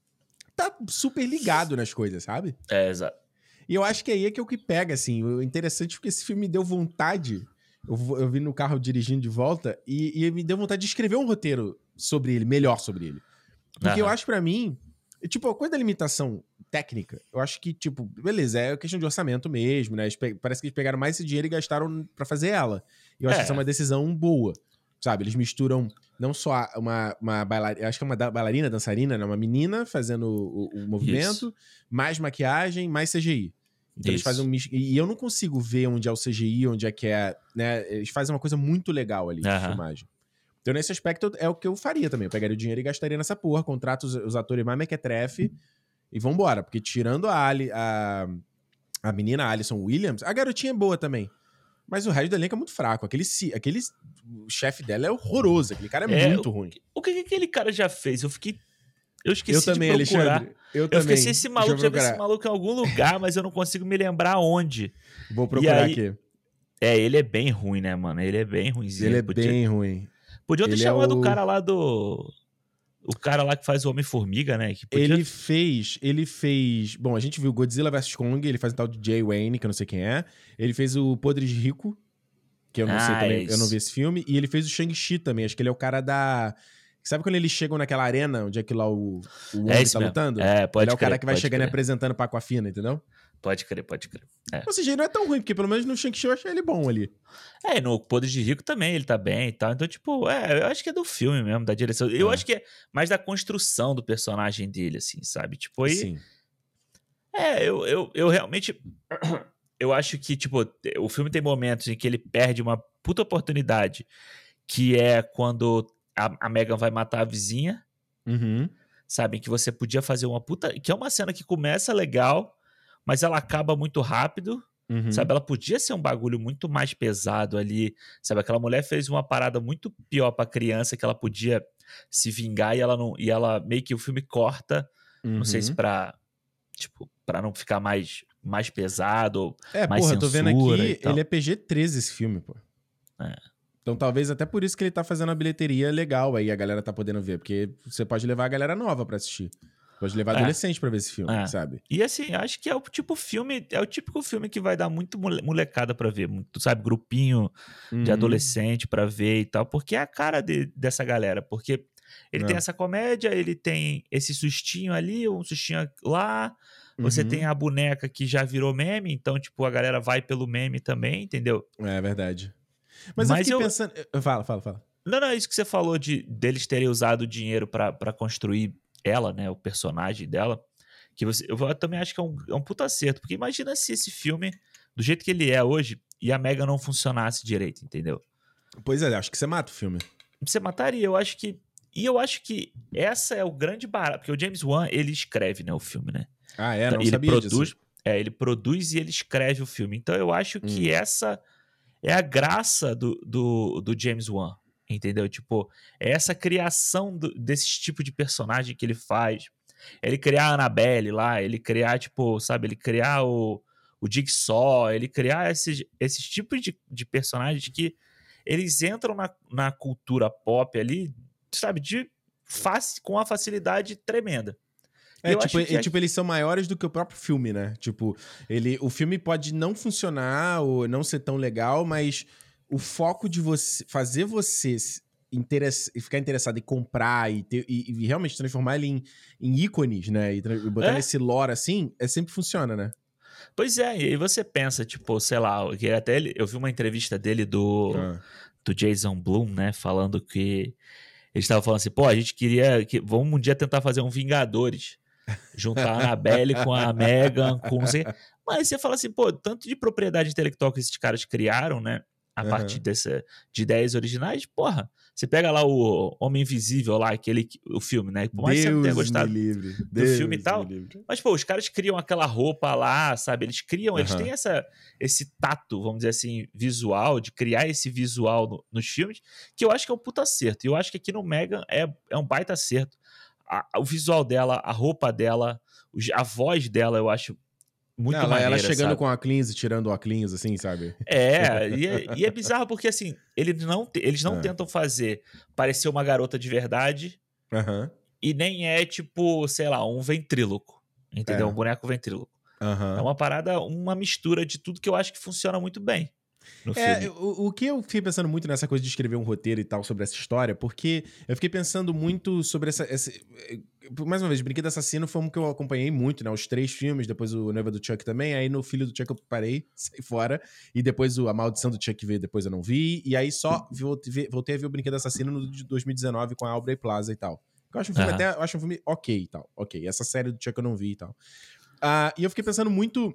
tá super ligado nas coisas, sabe? É, exato. E eu acho que aí é que é o que pega, assim. O interessante é porque esse filme me deu vontade. Eu, vou- eu vim no carro dirigindo de volta e, e me deu vontade de escrever um roteiro sobre ele, melhor sobre ele. Porque eu Aham. acho pra mim, tipo, a coisa da limitação técnica, eu acho que, tipo, beleza, é questão de orçamento mesmo, né? Eles pe- Parece que eles pegaram mais esse dinheiro e gastaram pra fazer ela. E eu acho que isso é É. uma decisão boa, sabe? Eles misturam não só a- uma, uma bailarina, acho que é uma da- bailarina, dançarina, né? Uma menina fazendo o, o movimento, mais maquiagem, mais C G I. Então eles fazem um Isso. mis- E eu não consigo ver onde é o C G I, onde é que é, né? Eles fazem uma coisa muito legal ali de Aham. filmagem. Então, nesse aspecto, é o que eu faria também. Eu pegaria o dinheiro e gastaria nessa porra, contrato os, os atores mais mequetrefe e vambora. Porque tirando a, Ali, a, a menina Alison Williams, a garotinha é boa também. Mas o resto do elenco é muito fraco. Aquele, ci- aquele o chefe dela é horroroso. Aquele cara é, É, muito ruim. O que que aquele cara já fez? Eu fiquei. Eu esqueci Eu também, de procurar. Alexandre. Eu, Eu também. esqueci esse Deixa maluco, eu já vi esse procurar. maluco em algum lugar, mas eu não consigo me lembrar onde. Vou procurar aí- aqui. É, ele é bem ruim, né, mano? Ele é bem ruimzinho. Ele é Podia- bem ruim. Podiam ter ele é chamado o... o- cara lá do. O cara lá que faz o Homem-Formiga, né? Que podia... Ele fez, ele fez... Bom, a gente viu Godzilla versus. Kong, ele faz um tal de Jay Wayne, que eu não sei quem é. Ele fez o Podre de Rico, que eu não Ah, sei também, é eu não isso. vi esse filme. E ele fez o Shang-Chi também, acho que ele é o cara da... Sabe quando eles chegam naquela arena, onde é que lá o, o Wong É isso tá mesmo. lutando? É, pode Ele é o cara crer, que vai pode chegando e crer. apresentando pra Aquafina, entendeu? Pode crer, pode crer. É. Ou seja, ele não é tão ruim, porque pelo menos no Shang-Chi eu achei ele bom ali. É, no Podre de Rico também ele tá bem e tal. Então, tipo, é, eu acho que é do filme mesmo, da direção. Eu É. acho que é mais da construção do personagem dele, assim, sabe? Tipo, aí. Sim. É, eu, eu, eu realmente. Eu acho que, tipo, o filme tem momentos em que ele perde uma puta oportunidade, que é quando a, a Megan vai matar a vizinha, Uhum. sabe? Que você podia fazer uma puta. Que é uma cena que começa legal, mas ela acaba muito rápido. Uhum. Sabe, ela podia ser um bagulho muito mais pesado ali, sabe? Aquela mulher fez uma parada muito pior pra criança, que ela podia se vingar e ela não, e ela meio que o filme corta, não sei se Uhum. pra, tipo, pra não ficar mais, mais pesado, ou É, mais porra, eu tô vendo censura aqui, e tal. ele é P G treze esse filme, pô. É. Então talvez até por isso que ele tá fazendo uma bilheteria legal aí, a galera tá podendo ver, porque você pode levar a galera nova pra assistir. Pode levar É. adolescente pra ver esse filme, É. sabe? E assim, acho que é o tipo filme, é o típico filme que vai dar muito mole- molecada pra ver, muito, sabe, grupinho de Uhum. adolescente pra ver e tal, porque é a cara de- dessa galera, porque ele É. tem essa comédia, ele tem esse sustinho ali, um sustinho lá, você Uhum. tem a boneca que já virou meme, então, tipo, a galera vai pelo meme também, entendeu? É verdade. Mas, eu Mas fiquei eu- pensando... Fala, fala, fala. Não, não, é isso que você falou de deles terem usado o dinheiro pra pra construir ela, né, o personagem dela, Que você, eu também acho que é um, é um puta acerto. Porque imagina se esse filme, do jeito que ele é hoje, e a Megan não funcionasse direito, entendeu? Pois é, acho que você mata o filme. Você mataria, eu acho que... E eu acho que essa é o grande barato. Porque o James Wan, ele escreve, né, o filme, né? Ah, é? Não ele sabia produz, disso. É, ele produz e ele escreve o filme. Então eu acho que Hum. essa é a graça do, do, do James Wan, entendeu? Tipo, é essa criação do, desse tipo de personagem que ele faz. Ele criar a Annabelle lá, ele criar, tipo, sabe? Ele criar o, o Jigsaw, ele criar esses, esses tipos de, de personagens que eles entram na, na cultura pop ali, sabe? De, fac, com uma facilidade tremenda. É, eu tipo, acho que e, tipo, eles são maiores do que o próprio filme, né? Tipo, ele, o filme pode não funcionar ou não ser tão legal, mas o foco de você fazer você interess, ficar interessado em comprar e, ter, e, e realmente transformar ele em, em ícones, né? E, e botar É. nesse lore assim, é sempre funciona, né? Pois é, e aí você pensa, tipo, sei lá, que até ele, eu vi uma entrevista dele do, Ah. do Jason Blum, né, falando que ele estava falando assim, pô, a gente queria, que, vamos um dia tentar fazer um Vingadores, juntar a Annabelle com a Megan, com não sei, mas você fala assim, pô, tanto de propriedade intelectual que esses caras criaram, né, a Uhum. partir dessa, de ideias originais, porra, você pega lá o Homem Invisível lá, aquele, o filme, né, por mais que você não tenha Deus gostado me livre. do Deus filme e tal, me livre. mas, pô, os caras criam aquela roupa lá, sabe? Eles criam, eles Aham. têm essa, esse tato, vamos dizer assim, visual, de criar esse visual no- nos filmes, que eu acho que é um puta acerto. E eu acho que aqui no Megan é, é um baita acerto. A- o visual dela, a roupa dela, os- a voz dela, eu acho muito ela, maneira, ela chegando sabe? com a cleans e tirando o cleans, assim, sabe? É, e é, e é bizarro porque, assim, eles não, te- eles não Ah. tentam fazer parecer uma garota de verdade Aham. e nem é, tipo, sei lá, um ventríloco, entendeu? É. Um boneco ventríloco. Aham. É uma parada, uma mistura de tudo que eu acho que funciona muito bem no É, filme. o, o que eu fiquei pensando muito nessa coisa de escrever um roteiro e tal sobre essa história, porque eu fiquei pensando muito sobre essa. essa mais uma vez, Brinquedo Assassino foi um que eu acompanhei muito, né? Os três filmes, depois o Noiva do Chuck também. Aí no Filho do Chuck eu parei, saí fora. E depois o A Maldição do Chuck veio, depois eu não vi. E aí só voltei, voltei a ver o Brinquedo Assassino no de dois mil e dezenove com a Aubrey Plaza e tal. Eu acho um filme Aham. até. Eu acho um filme ok e tal. Ok. Essa série do Chuck eu não vi e tal. Ah, e eu fiquei pensando muito.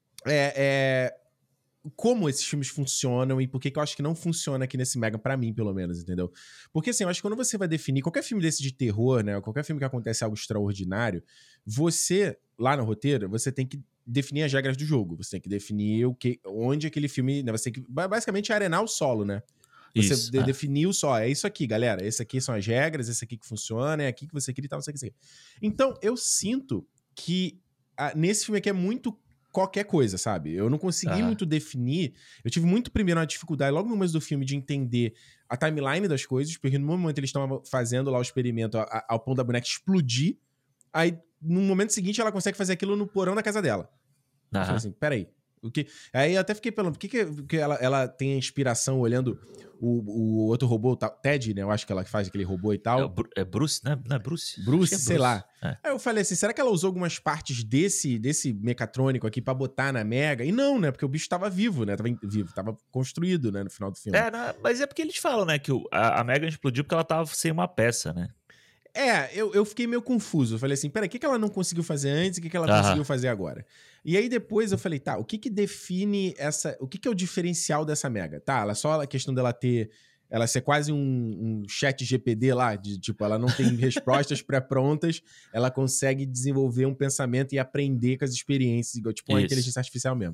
É, é, como esses filmes funcionam e por que que eu acho que não funciona aqui nesse Megan, pra mim, pelo menos, entendeu? Porque, assim, eu acho que quando você vai definir qualquer filme desse de terror, né, qualquer filme que acontece algo extraordinário, você, lá no roteiro, você tem que definir as regras do jogo, você tem que definir o que, onde aquele filme, né, você tem que, basicamente, arenar o solo, né? Você Isso. de- é. definiu só, é isso aqui, galera, esse aqui são as regras, esse aqui que funciona, é aqui que você queria e tal, não sei o que sei. Então, eu sinto que ah, nesse filme aqui é muito qualquer coisa, sabe? Eu não consegui Aham. muito definir. Eu tive muito primeiro uma dificuldade, logo no começo do filme, de entender a timeline das coisas, porque no momento eles estão fazendo lá o experimento a- a- ao ponto da boneca explodir, aí no momento seguinte ela consegue fazer aquilo no porão da casa dela. Eu falei Aham. assim, peraí. O que... Aí eu até fiquei falando, por que, que, que ela, ela tem a inspiração olhando o, o outro robô, tá, Ted, né? Eu acho que ela que faz aquele robô e tal. É, o Bru- é Bruce, né? Não é Bruce? Acho Bruce, que é sei lá. É. Aí eu falei assim, será que ela usou algumas partes desse, desse mecatrônico aqui pra botar na Mega? E não, né? Porque o bicho tava vivo, né? Tava em- vivo, tava construído, né? No final do filme. É, não, mas é porque eles falam, né, que o- a, a Megan explodiu porque ela tava sem uma peça, né? É, eu, eu fiquei meio confuso. Eu falei assim, peraí, o que, que ela não conseguiu fazer antes e o que, que ela Aham. conseguiu fazer agora? E aí depois eu falei, tá, o que que define essa... O que que é o diferencial dessa Mega? Tá, ela só a questão dela ter... Ela ser quase um, um chat G P D lá, de tipo, ela não tem respostas pré-prontas, ela consegue desenvolver um pensamento e aprender com as experiências, igual tipo uma Isso. inteligência artificial mesmo.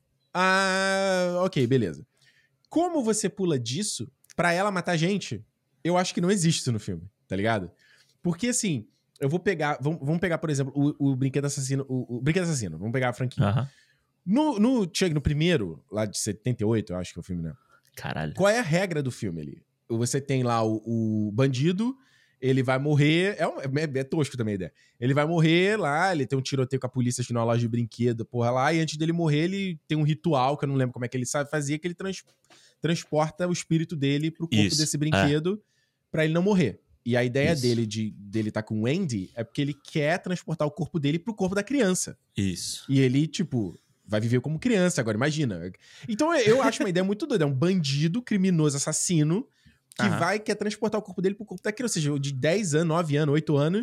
Ah, ok, beleza. Como você pula disso pra ela matar gente? Eu acho que não existe isso no filme, tá ligado? Porque assim, eu vou pegar. Vamos, vamos pegar, por exemplo, o, o Brinquedo Assassino. O, o Brinquedo Assassino, vamos pegar a franquia. Aham. No, no, Chuck, no primeiro, lá de setenta e oito, eu acho que é o filme, né? Caralho. Qual é a regra do filme ali? Você tem lá o, o bandido, ele vai morrer. É, um, é, é tosco também a ideia. Ele vai morrer lá, ele tem um tiroteio com a polícia acho que numa loja de brinquedo, porra lá, e antes dele morrer, ele tem um ritual, que eu não lembro como é que ele sabe fazer, que ele trans, transporta o espírito dele pro corpo Isso, desse é. brinquedo pra ele não morrer. E a ideia Isso. dele de dele tá com o Andy é porque ele quer transportar o corpo dele pro corpo da criança. Isso. E ele, tipo, vai viver como criança agora, imagina. Então eu acho uma ideia muito doida. É um bandido, criminoso, assassino, que Aham. vai, quer transportar o corpo dele pro corpo da criança. Ou seja, de dez anos, nove anos, oito anos,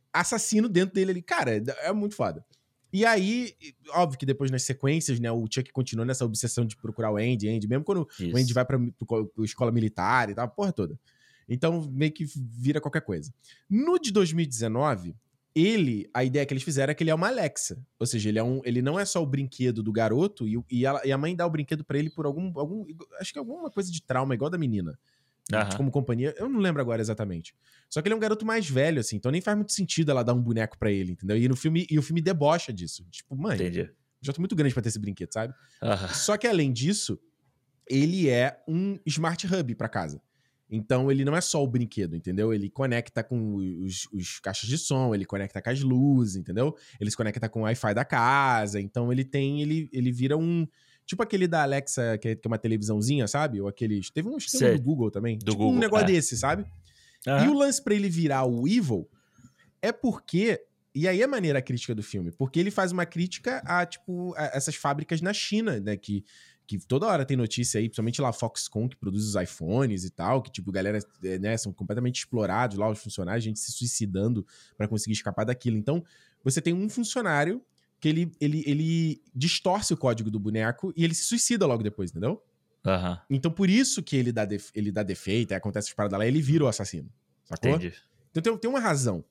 assassino dentro dele ali. Cara, é muito foda. E aí, óbvio que depois nas sequências, né, o Chuck continua nessa obsessão de procurar o Andy, Andy mesmo quando Isso. o Andy vai pra, pra, pra escola militar e tal, a porra toda. Então, meio que vira qualquer coisa. No de dois mil e dezenove, ele, a ideia que eles fizeram é que ele é uma Alexa. Ou seja, ele, é um, ele não é só o brinquedo do garoto e, e, ela, e a mãe dá o brinquedo pra ele por algum, algum... Acho que alguma coisa de trauma, igual da menina. Aham. Como companhia, eu não lembro agora exatamente. Só que ele é um garoto mais velho, assim, então nem faz muito sentido ela dar um boneco pra ele, entendeu? E, no filme, e o filme debocha disso. Tipo, mãe, Entendi. já tô muito grande pra ter esse brinquedo, sabe? Aham. Só que além disso, ele é um smart hub pra casa. Então ele não é só o brinquedo, entendeu? Ele conecta com os, os caixas de som, ele conecta com as luzes, entendeu? Ele se conecta com o Wi-Fi da casa. Então ele tem, ele, ele vira um... Tipo aquele da Alexa, que é uma televisãozinha, sabe? Ou aqueles... Teve um esquema Sei. do Google também. Do tipo Google, um negócio é. desse, sabe? Aham. E o lance pra ele virar o Evil é porque... E aí é maneira a crítica do filme. Porque ele faz uma crítica a, tipo, a essas fábricas na China, né? Que, que toda hora tem notícia aí, principalmente lá a Foxconn, que produz os iPhones e tal, que, tipo, galera, né, são completamente explorados lá, os funcionários, gente se suicidando pra conseguir escapar daquilo. Então, você tem um funcionário que ele, ele, ele distorce o código do boneco e ele se suicida logo depois, entendeu? Aham. Então, por isso que ele dá, def, ele dá defeito, aí acontece as paradas lá, ele vira o assassino, sacou? Entendi. Então tem, tem uma razão.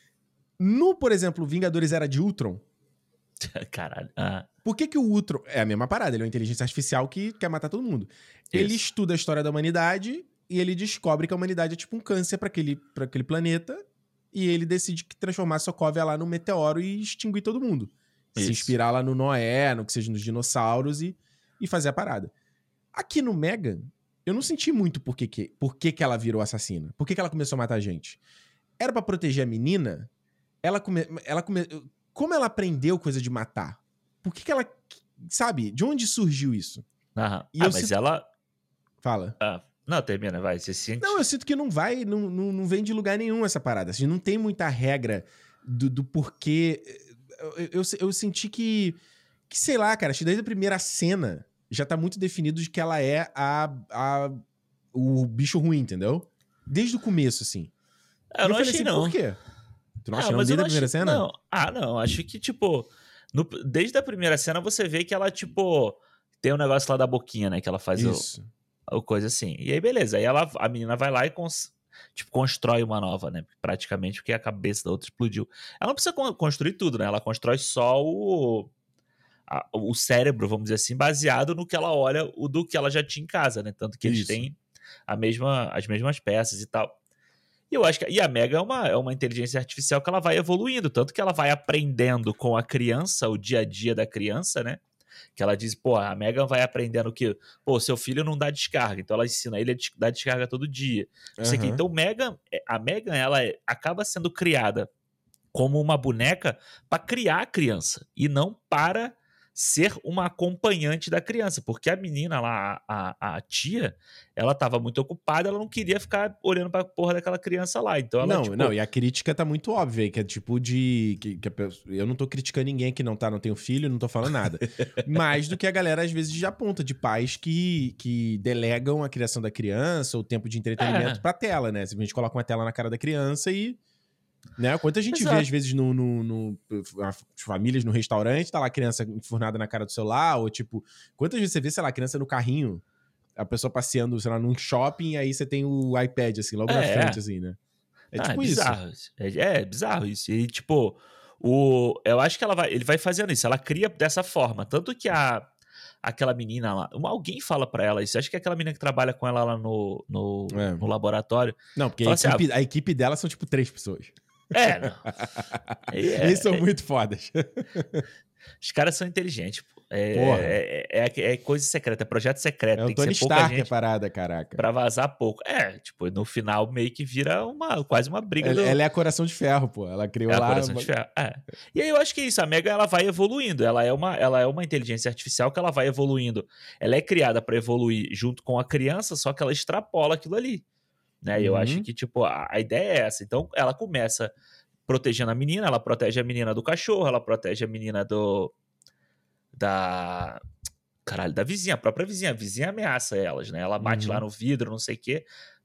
No, por exemplo, Vingadores Era de Ultron, Caralho. Ah, por que que o Ultron... É a mesma parada, ele é uma inteligência artificial que quer matar todo mundo. Ele Isso. estuda a história da humanidade e ele descobre que a humanidade é tipo um câncer pra aquele, pra aquele planeta e ele decide que transformar Sokovia lá num meteoro e extinguir todo mundo. Se Isso. inspirar lá no Noé, no que seja nos dinossauros e, e fazer a parada. Aqui no Megan, eu não senti muito por que, que, por que, que ela virou assassina. Por que, que ela começou a matar gente. Era pra proteger a menina? Ela, come, ela come, como ela aprendeu coisa de matar? Por que, que ela... Sabe? De onde surgiu isso? Aham. E Ah, eu mas sinto- ela... Fala. Ah, não, termina, vai. Você sente... Não, eu sinto que não vai, não, não, não vem de lugar nenhum essa parada. Assim, não tem muita regra do, do porquê. Eu, eu, eu senti que, que, sei lá, cara, acho que desde a primeira cena já tá muito definido de que ela é a, a, o bicho ruim, entendeu? Desde o começo, assim. Eu E não falei achei, assim, não. por quê? Tu não Ah, acha não mas desde eu não a primeira achei... cena? Não. Ah, não. Acho que, tipo... no- Desde a primeira cena você vê que ela, tipo... Tem um negócio lá da boquinha, né? Que ela faz o, Isso. o coisa assim. E aí, beleza. Aí ela, a menina vai lá e cons, tipo, constrói uma nova, né? Praticamente, porque a cabeça da outra explodiu. Ela não precisa con- construir tudo, né? Ela constrói só o... a- o cérebro, vamos dizer assim, baseado no que ela olha, o do que ela já tinha em casa, né? Tanto que eles Isso. têm a mesma, as mesmas peças e tal. E eu acho que e a Mega é uma, é uma inteligência artificial que ela vai evoluindo, tanto que ela vai aprendendo com a criança, o dia a dia da criança, né? Que ela diz, pô, a Megan vai aprendendo que, pô, seu filho não dá descarga, então ela ensina ele a des- dar descarga todo dia. Não sei o quê. Aham. Então Megan, a Megan, ela é- acaba sendo criada como uma boneca para criar a criança e não para ser uma acompanhante da criança, porque a menina lá, a, a, a tia, ela tava muito ocupada, ela não queria ficar olhando pra porra daquela criança lá, então ela, não, tipo... não, e a crítica tá muito óbvia, aí, que é tipo de... Que, que a pessoa- eu não tô criticando ninguém que não tá, não tenho filho, não tô falando nada. Mais do que a galera às vezes já aponta, de pais que, que delegam a criação da criança, o tempo de entretenimento É. pra tela, né? Simplesmente coloca uma tela na cara da criança e... Né? Quanta gente Exato. vê, às vezes, no, no, no- as famílias no restaurante, tá lá a criança enfurnada na cara do celular, ou tipo... Quantas vezes você vê, sei lá, a criança no carrinho, a pessoa passeando, sei lá, num shopping, e aí você tem o iPad, assim, logo na É. frente, assim, né? É Ah, tipo é isso. bizarro. isso. É, é bizarro isso. E, tipo, o, eu acho que ela vai, ele vai fazendo isso. Ela cria dessa forma. Tanto que a, aquela menina lá... uma- Alguém fala pra ela isso. Acho que é aquela menina que trabalha com ela lá no, no, É. no laboratório. Não, porque a Fala assim, equipe, a equipe dela são tipo três pessoas. É, não. E é- Eles são muito fodas. Os caras são inteligentes. Pô. É, Porra. é, é, é coisa secreta, é projeto secreto. É o tem que Tony ser pouca Stark a gente parada, caraca. pra vazar pouco. É, tipo, no final meio que vira uma, quase uma briga Ela, do... ela é a Coração de Ferro, pô. Ela criou É a lá... coração de ferro. É. E aí eu acho que é isso. A Mega ela vai evoluindo. Ela é uma, ela é uma inteligência artificial que ela vai evoluindo. Ela é criada para evoluir junto com a criança, só que ela extrapola aquilo ali. Né? E eu Uhum. acho que tipo a, a ideia é essa. Então ela começa protegendo a menina. Ela protege a menina do cachorro. Ela protege a menina do da caralho da vizinha, a própria vizinha. A vizinha ameaça elas, né? Ela bate Uhum. lá no vidro, não sei o quê.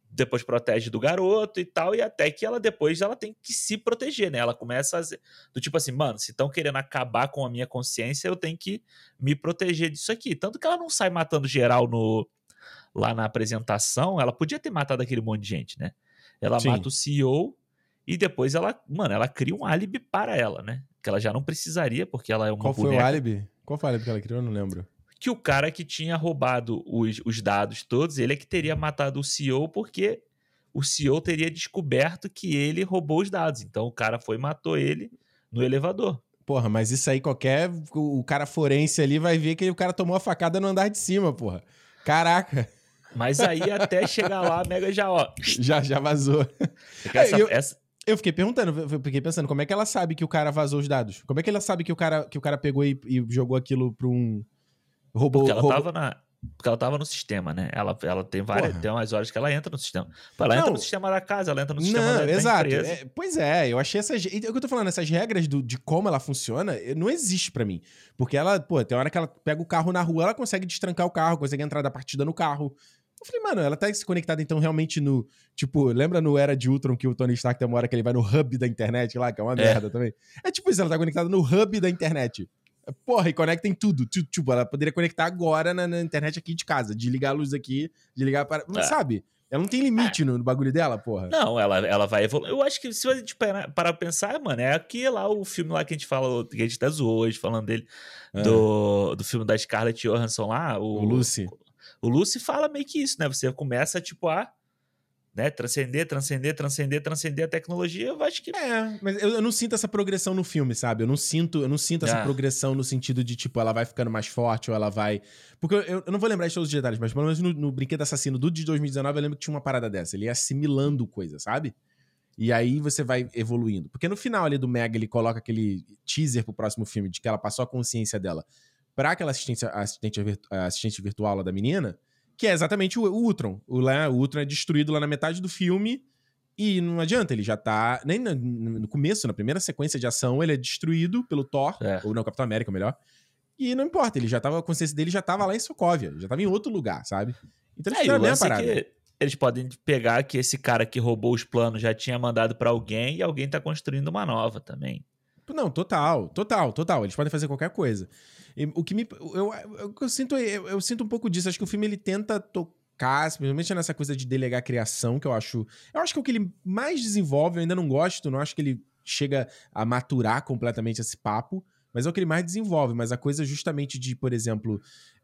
depois protege do garoto e tal, e até que ela depois ela tem que se proteger, né? Ela começa a... Do tipo assim, mano, se estão querendo acabar com a minha consciência, eu tenho que me proteger disso aqui. Tanto que ela não sai matando geral no, lá na apresentação, ela podia ter matado aquele monte de gente, né? Ela Sim. mata o C E O e depois ela, mano, ela cria um álibi para ela, né? Que ela já não precisaria, porque ela é uma Qual foi boneca. o álibi? Qual foi o álibi que ela criou? Eu não lembro. Que o cara que tinha roubado os, os dados todos, ele é que teria matado o C E O porque o C E O teria descoberto que ele roubou os dados. Então o cara foi e matou ele no elevador. Porra, mas isso aí qualquer... O cara forense ali vai ver que o cara tomou a facada no andar de cima, porra. Caraca. Mas aí até chegar lá, a Mega já, ó... Já, já vazou. Essa, eu, essa... eu fiquei perguntando, eu fiquei pensando, como é que ela sabe que o cara vazou os dados? Como é que ela sabe que o cara, que o cara pegou e, e jogou aquilo pra um... Roubou, Porque ela roubou... tava na... Porque ela tava no sistema, né? Ela, ela tem várias... Porra. Tem umas horas que ela entra no sistema. Pô, ela Não. entra no sistema da casa, ela entra no sistema Não, da, da exato. empresa. É, pois é, eu achei essas... É o que eu tô falando, essas regras do, de como ela funciona, eh, não existe pra mim. Porque ela, pô, tem hora que ela pega o carro na rua, ela consegue destrancar o carro, consegue entrar da partida no carro. Eu falei, mano, ela tá se conectada então realmente no... Tipo, lembra no Era de Ultron que o Tony Stark tem uma hora que ele vai no hub da internet lá, que é uma É. merda também? É tipo isso, ela tá conectada no hub da internet. Porra, e conecta em tudo. Tipo, ela poderia conectar agora na, na internet aqui de casa. Desligar a luz aqui, desligar para... É. Sabe? Ela não tem limite no, no bagulho dela, porra. Não, ela, ela vai evoluir. Eu acho que se a gente parar para pensar, mano, é aqui lá o filme lá que a gente fala, que a gente tá zoou hoje, falando dele, Ah. do, do filme da Scarlett Johansson lá. O, O Lucy. O Lucy fala meio que isso, né? Você começa, tipo, a né, transcender, transcender, transcender, transcender a tecnologia. Eu acho que... É, mas eu, eu não sinto essa progressão no filme, sabe? Eu não sinto, eu não sinto essa Ah. progressão no sentido de, tipo, ela vai ficando mais forte ou ela vai... Porque eu, eu não vou lembrar de todos os detalhes, mas pelo menos no, no Brinquedo Assassino do de dois mil e dezenove eu lembro que tinha uma parada dessa. Ele ia assimilando coisa, sabe? E aí você vai evoluindo. Porque no final ali do Mega ele coloca aquele teaser pro próximo filme de que ela passou a consciência dela pra aquela assistência, assistente, virtu- assistente virtual lá da menina, que é exatamente o, o Ultron. O, lá, o Ultron é destruído lá na metade do filme e não adianta, ele já tá... Nem no, no começo, na primeira sequência de ação, ele é destruído pelo Thor, É. ou não, Capitão América, melhor. E não importa, ele já tava, a consciência dele já tava lá em Sokovia, já tava em outro lugar, sabe? Então eles É, e fizeram o a mesma lance é parada. que eles podem pegar que esse cara que roubou os planos já tinha mandado pra alguém e alguém tá construindo uma nova também. Não, total, total, total. Eles podem fazer qualquer coisa. E o que me. Eu, eu, eu sinto, eu, eu sinto um pouco disso. Acho que o filme ele tenta tocar, principalmente nessa coisa de delegar a criação, que eu acho. Eu acho que é o que ele mais desenvolve, eu ainda não gosto, não acho que ele chega a maturar completamente esse papo. Mas é o que ele mais desenvolve. Mas a coisa justamente de, por exemplo,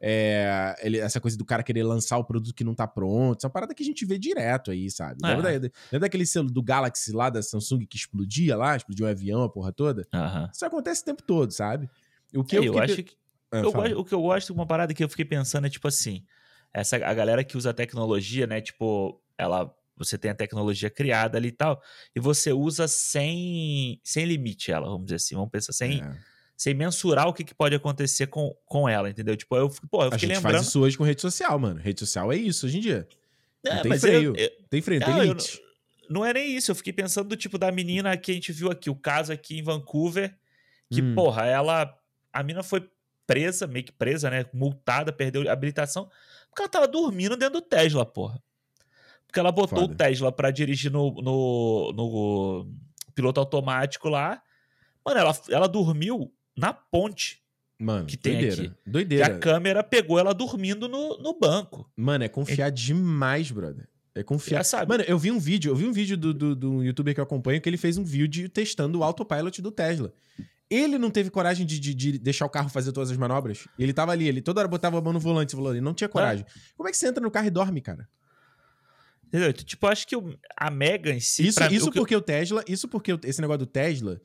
é, ele- essa coisa do cara querer lançar o produto que não tá pronto, isso é uma parada que a gente vê direto aí, sabe? É. Lembra, da- lembra daquele selo do Galaxy lá, da Samsung, que explodia lá, explodiu um avião, a porra toda? Aham. Isso acontece o tempo todo, sabe? O que É, eu, eu fiquei acho pe- que... Ah, eu fala. gosto- o que eu gosto, uma parada que eu fiquei pensando é tipo assim, essa, a galera que usa a tecnologia, né, tipo, ela, você tem a tecnologia criada ali e tal, e você usa sem, sem limite ela, vamos dizer assim, vamos pensar, sem, É. sem mensurar o que, que pode acontecer com, com ela, entendeu? Tipo, eu, fico- pô, eu A fiquei gente lembrando... faz isso hoje com rede social, mano. Rede social é isso hoje em dia. Não É, tem mas freio. eu- eu- Tem freio, não tem Não, eu limite. Não é nem isso, eu fiquei pensando do tipo da menina que a gente viu aqui, o caso aqui em Vancouver, que, Hum. porra, ela... A mina foi presa, meio que presa, né? Multada, perdeu a habilitação, porque ela tava dormindo dentro do Tesla, porra. Porque ela botou Foda. o Tesla pra dirigir no, no, no piloto automático lá. Mano, ela, ela dormiu na ponte Mano, que tem doideira. aqui. E Doideira. a câmera pegou ela dormindo no, no banco. Mano, é confiar demais, brother. É confiar. Já sabe. Mano, eu vi um vídeo, eu vi um vídeo do, do, do youtuber que eu acompanho que ele fez um vídeo testando o autopilot do Tesla. Ele não teve coragem de, de- de deixar o carro fazer todas as manobras. Ele tava ali, ele toda hora botava a mão no volante, ele não tinha coragem. Como é que você entra no carro e dorme, cara? Entendeu? Então, tipo, eu acho que o- a Mega em si... Isso, pra mim, isso o que- porque o Tesla, isso porque o- esse negócio do Tesla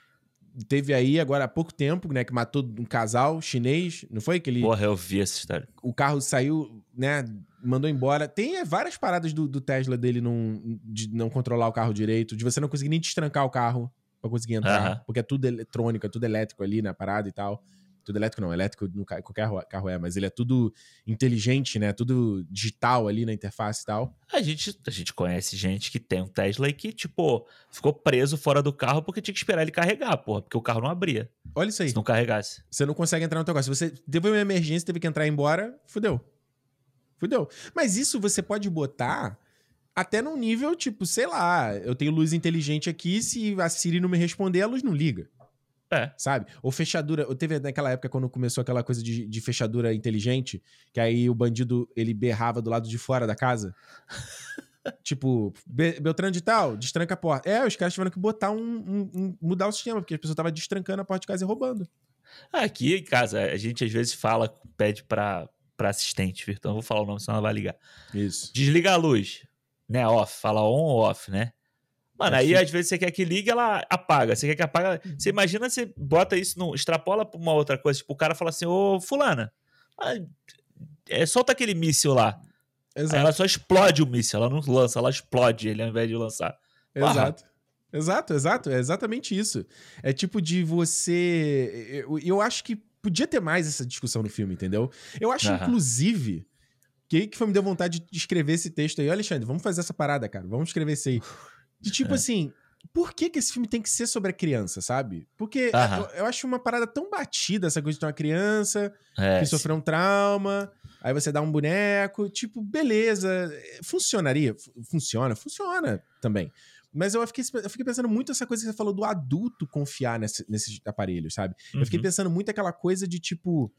teve aí agora há pouco tempo, né, que matou um casal chinês, não foi? Que ele, Porra, eu vi essa história. o carro saiu, né, mandou embora. Tem é, várias paradas do, do Tesla dele não, de não controlar o carro direito, de você não conseguir nem destrancar o carro pra conseguir entrar, Aham. porque é tudo eletrônico, é tudo elétrico ali na parada e tal. Tudo elétrico não, elétrico no ca- qualquer carro- carro é, mas ele é tudo inteligente, né, tudo digital ali na interface e tal. A gente, a gente conhece gente que tem um Tesla e que, tipo, ficou preso fora do carro porque tinha que esperar ele carregar, porra, porque o carro não abria. Olha isso aí. Se não carregasse. Você não consegue entrar no teu carro. Se você teve uma emergência, teve que entrar e ir embora, fudeu. Fudeu. Mas isso você pode botar Até num nível, tipo, sei lá, eu tenho luz inteligente aqui, se a Siri não me responder, a luz não liga. É. Sabe? Ou fechadura. Eu teve naquela época quando começou aquela coisa de, de fechadura inteligente, que aí o bandido ele berrava do lado de fora da casa. Tipo, Be- Beltrano de tal, destranca a porta. É, os caras tiveram que botar um, um- um- mudar o sistema, porque as pessoas estavam destrancando a porta de casa e roubando. Aqui em casa, a gente às vezes fala, pede pra, pra assistente virtual. Não vou falar o nome, senão ela vai ligar. Isso. Desliga a luz, né? Off. Fala on ou off, né? Mano, É aí difícil. às vezes você quer que ligue, ela apaga. Você quer que apaga. Você imagina, você bota isso, no, extrapola pra uma outra coisa. Tipo, o cara fala assim, ô, fulana, ah, é, solta aquele míssil lá. Aí Exato. ela só explode o míssil, ela não lança, ela explode ele ao invés de lançar. Porra. Exato. Exato, exato. É exatamente isso. É tipo de você. Eu, eu acho que podia ter mais essa discussão no filme, entendeu? Eu acho, Aham. inclusive, que, que foi me deu vontade de escrever esse texto aí. Ô, Alexandre, vamos fazer essa parada, cara. Vamos escrever isso aí. De tipo É. assim, por que, que esse filme tem que ser sobre a criança, sabe? Porque Aham. eu, eu acho uma parada tão batida essa coisa de ter uma criança É, que sim. sofreu um trauma, aí você dá um boneco, tipo, beleza. Funcionaria? Fu- Funciona? Funciona também. Mas eu fiquei, eu fiquei pensando muito essa coisa que você falou do adulto confiar nesse- nesses aparelhos, sabe? Eu fiquei Uhum. pensando muito aquela coisa de tipo.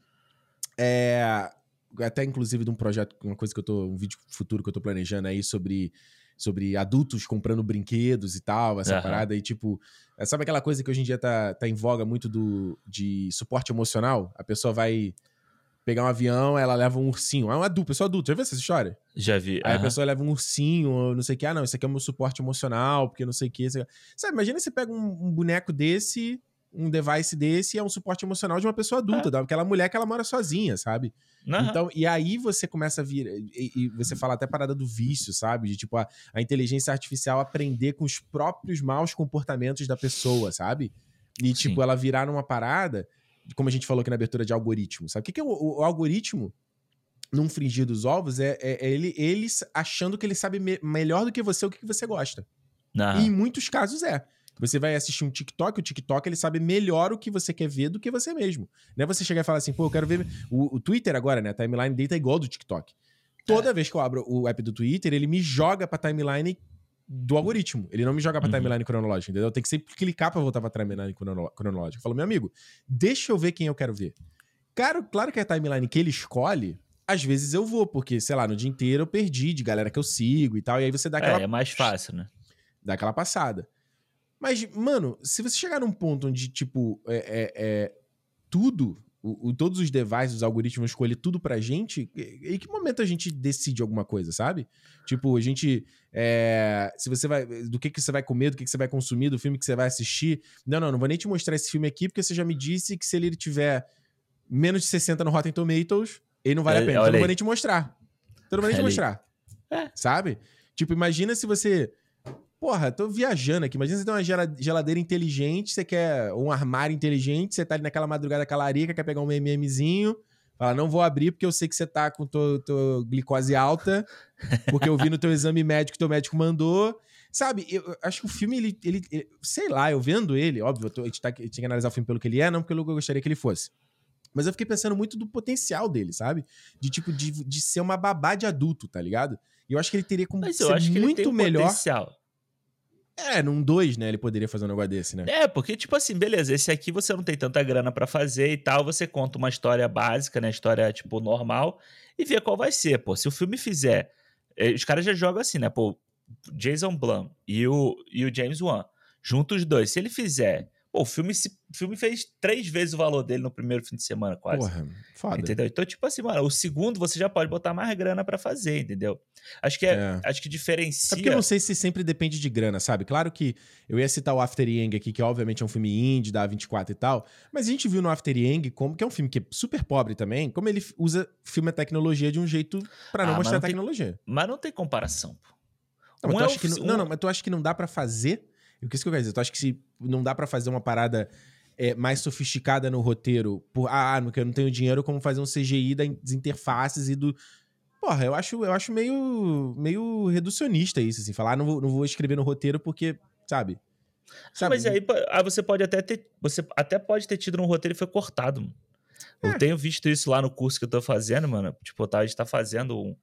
É, até inclusive de um projeto, uma coisa que eu tô. Um vídeo futuro que eu tô planejando aí sobre, sobre adultos comprando brinquedos e tal, essa Aham. parada. E tipo, é, sabe aquela coisa que hoje em dia tá, tá em voga muito do, de suporte emocional? A pessoa vai pegar um avião, ela leva um ursinho. É um adulto, pessoa adulta. Já viu essa história? Já vi. Aí a aham. pessoa leva um ursinho, ou não sei o que. Ah, não, isso aqui é o meu suporte emocional, porque não sei o que. Sabe, imagina você pega um, um boneco desse, um device desse, e é um suporte emocional de uma pessoa adulta, É. daquela mulher que ela mora sozinha, sabe? Aham. Então, e aí você começa a vir, e, e você fala até parada do vício, sabe? De tipo, a, a inteligência artificial aprender com os próprios maus comportamentos da pessoa, sabe? E tipo, Sim. ela virar numa parada, como a gente falou aqui na abertura de algoritmo, sabe? O que, que é o, o- o algoritmo? Num frigir dos ovos, é, é- é ele, eles achando que ele sabe me- melhor do que você o que, que você gosta. Aham. E em muitos casos é. Você vai assistir um TikTok, o TikTok ele sabe melhor o que você quer ver do que você mesmo. Não é você chegar e falar assim, pô, eu quero ver... O, o Twitter agora, né? A timeline dele tá igual do TikTok. Toda vez que eu abro o app do Twitter, ele me joga pra timeline do algoritmo. Ele não me joga pra Uhum. timeline cronológica, entendeu? Eu tenho que sempre clicar pra voltar pra timeline crono- cronológica. Eu falo, meu amigo, deixa eu ver quem eu quero ver. Cara, claro que a timeline que ele escolhe, às vezes eu vou, porque, sei lá, no dia inteiro eu perdi de galera que eu sigo e tal, e aí você dá aquela, É, é mais fácil, né? dá aquela passada. Mas, mano, se você chegar num ponto onde, tipo, é, é- é tudo, o, o- todos os devices, os algoritmos vão escolher tudo pra gente, e- em que momento a gente decide alguma coisa, sabe? Tipo, a gente, é, se você vai, do que, que você vai comer, do que, que você vai consumir, do filme que você vai assistir. Não, não, não vou nem te mostrar esse filme aqui, porque você já me disse que se ele tiver menos de sessenta no Rotten Tomatoes, ele não vale a É, pena. Então olha eu não vou aí. nem te mostrar. Então eu não vou nem te Olha aí. mostrar. É. Sabe? Tipo, imagina se você... Porra, tô viajando aqui. Imagina você tem uma gela- geladeira inteligente, você quer um armário inteligente, você tá ali naquela madrugada calarica, quer pegar um MMzinho, fala, não vou abrir porque eu sei que você tá com tua, tua glicose alta, porque eu vi no teu exame médico que teu médico mandou. Sabe, eu eu acho que o filme, ele, ele, ele- sei lá, eu vendo ele, óbvio, eu tô- a gente tá, a gente tem que analisar o filme pelo que ele é, não pelo que eu gostaria que ele fosse. Mas eu fiquei pensando muito do potencial dele, sabe? De tipo, de, de ser uma babá de adulto, tá ligado? E eu acho que ele teria como Mas eu ser acho que ele tem muito um melhor. potencial. É, num dois, né? Ele poderia fazer um negócio desse, né? É, porque, tipo assim, beleza, esse aqui você não tem tanta grana pra fazer e tal, você conta uma história básica, né? História, tipo, normal, e vê qual vai ser, pô. Se o filme fizer. eh, Os caras já jogam assim, né? Pô, Jason Blum e o, e o James Wan, juntos os dois. Se ele fizer. Pô, o filme, se, o filme fez três vezes o valor dele no primeiro fim de semana, quase. Porra, foda. Entendeu? Então, tipo assim, mano, o segundo você já pode botar mais grana pra fazer, entendeu? Acho que, é, É. acho que É diferencia. porque eu não sei se sempre depende de grana, sabe? Claro que eu ia citar o After Yang aqui, que obviamente é um filme indie, da A vinte e quatro e tal, mas a gente viu no After Yang, como, que é um filme que é super pobre também, como ele usa filme e tecnologia de um jeito pra não Ah, mas mostrar não tem- tecnologia. Mas não tem comparação, pô. Não, mas Um tu é acha o- que não, um- não, não, mas tu acha que não dá pra fazer? O que isso que eu quero dizer? Tu acha que se não dá pra fazer uma parada é, mais sofisticada no roteiro, por ah, porque eu não tenho dinheiro, como fazer um C G I das interfaces e do. Porra, eu acho, eu acho meio, meio reducionista isso, assim, falar, ah, não vou, não vou escrever no roteiro porque, sabe? Ah, Sabe? mas aí pô, ah, você pode até ter. Você até pode ter tido no roteiro e foi cortado, mano. Eu É. tenho visto isso lá no curso que eu tô fazendo, mano. Tipo, tá, a gente tá fazendo um,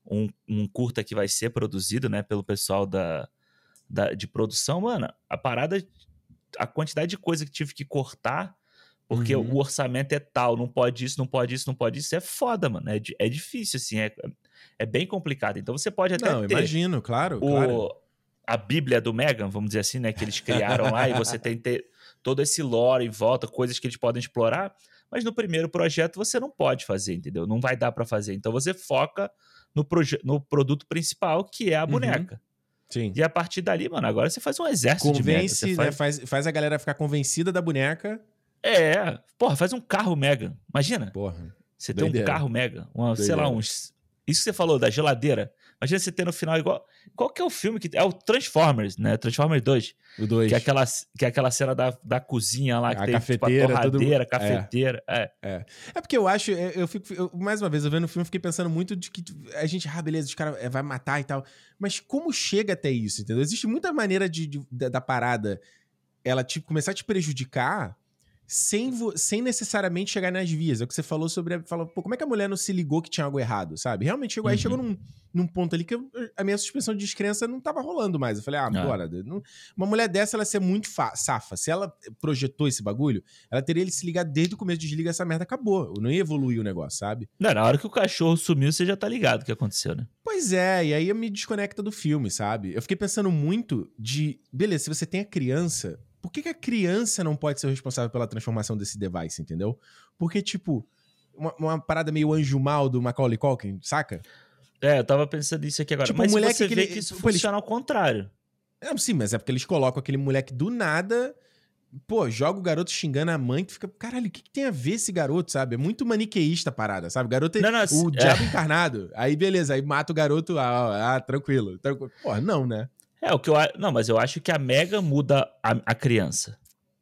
um, um curta que vai ser produzido, né, pelo pessoal da, da, de produção, mano, a parada, a quantidade de coisa que tive que cortar, porque Uhum. o orçamento é tal, não pode isso, não pode isso, não pode isso, é foda, mano, é, é difícil, assim, é, é bem complicado. Então você pode até Não, ter imagino, claro, o, claro. a Bíblia do Megan, vamos dizer assim, né, que eles criaram lá, e você tem que ter todo esse lore em volta, coisas que eles podem explorar, mas no primeiro projeto você não pode fazer, entendeu? Não vai dar pra fazer. Então você foca no, no produto principal, que é a boneca. Uhum. Sim. E a partir dali, mano, agora você faz um exército de Megan. Você Convence, faz... né? Faz, faz a galera ficar convencida da boneca. É, porra, faz um carro Megan. Imagina. Porra. Você doideira. tem um carro Megan, uma, sei lá, Doideira. uns... Isso que você falou, da geladeira. Imagina você ter no final igual... Qual que é o filme que... É o Transformers, né? Transformers dois. O dois. Que é aquela, que é aquela cena da, da cozinha lá, que A tem cafeteira, tipo, a torradeira, tudo... cafeteira. É. É. É porque eu acho... Eu, eu fico... Eu, mais uma vez, eu vendo o filme, eu fiquei pensando muito de que a gente... Ah, beleza, os caras é, vai matar e tal. Mas como chega até isso, entendeu? Existe muita maneira de, de da, da parada ela tipo, começar a te prejudicar sem, vo, sem necessariamente chegar nas vias. É o que você falou sobre... A, falou, pô, como é que a mulher não se ligou que tinha algo errado, sabe? Realmente chegou, Uhum. aí chegou num, num ponto ali que eu, a minha suspensão de descrença não tava rolando mais. Eu falei, ah, Ah. bora. Não, uma mulher dessa, ela ia ser muito fa, safa. Se ela projetou esse bagulho, ela teria ele se ligar desde o começo. Desliga essa merda, acabou. Não ia evoluir o negócio, sabe? Não, na hora que o cachorro sumiu, você já tá ligado o que aconteceu, né? Pois é, e aí eu me desconecta do filme, sabe? Eu fiquei pensando muito de... Beleza, se você tem a criança... Por que, que a criança não pode ser o responsável pela transformação desse device, entendeu? Porque, tipo, uma, uma parada meio anjo mal do Macaulay Culkin, saca? É, eu tava pensando nisso aqui agora. Tipo, mas o moleque você que vê ele- que isso pô, eles- funciona ao contrário. É, sim, mas é porque eles colocam aquele moleque do nada... Pô, joga o garoto xingando a mãe, tu fica... Caralho, o que, que tem a ver esse garoto, sabe? É muito maniqueísta a parada, sabe? O garoto é Não, não, o é. diabo encarnado. Aí, beleza, aí mata o garoto, ah, ah tranquilo, tranquilo. Porra, não, né? É, o que eu a- Não, mas eu acho que a Mega muda a, a criança.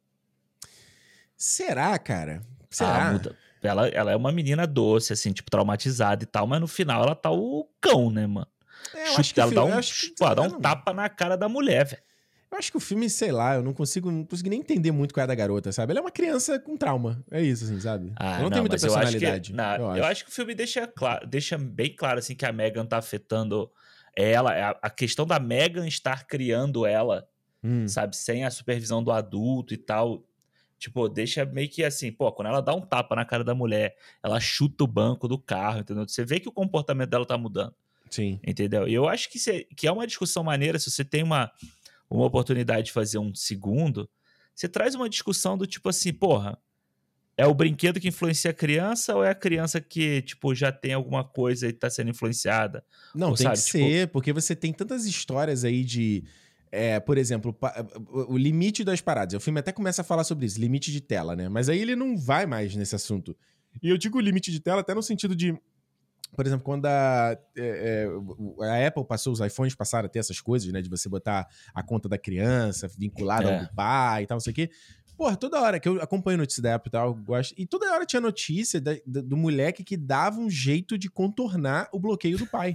Será, cara? Será? Ah, muda. Ela, ela é uma menina doce, assim, tipo, traumatizada e tal, mas no final ela tá o cão, né, mano? É, eu Chuta, acho que o ela dá filme- um, eu acho que- pô, ela dá eu um não- tapa na cara da mulher, velho. Eu acho que o filme, sei lá, eu não consigo, não consigo nem entender muito qual é da garota, sabe? Ela é uma criança com trauma. É isso, assim, sabe? Ah, ela não, não, tem muita mas eu acho personalidade. que, não, eu, eu acho. acho que o filme deixa, claro, deixa bem claro assim que a Megan tá afetando ela, a, a questão da Megan estar criando ela, Hum. sabe, sem a supervisão do adulto e tal. Tipo, deixa meio que assim, pô, quando ela dá um tapa na cara da mulher, ela chuta o banco do carro, entendeu? Você vê que o comportamento dela tá mudando, Sim. entendeu? E eu acho que, cê, que é uma discussão maneira, se você tem uma, uma oportunidade de fazer um segundo, você traz uma discussão do tipo assim, porra, é o brinquedo que influencia a criança ou é a criança que, tipo, já tem alguma coisa e tá sendo influenciada? Não, Ou, tem sabe, que tipo, ser, porque você tem tantas histórias aí de... É, por exemplo, pa- o o limite das paradas. O filme até começa a falar sobre isso, limite de tela, né? Mas aí ele não vai mais nesse assunto. E eu digo limite de tela até no sentido de... Por exemplo, quando a, é, é, a Apple passou, os iPhones passaram a ter essas coisas, né? De você botar a conta da criança vinculada É. ao do pai e tal, não sei o quê. Porra, toda hora que eu acompanho notícia da Apple e tal, eu gosto. E toda hora tinha notícia da- da- do moleque que dava um jeito de contornar o bloqueio do pai.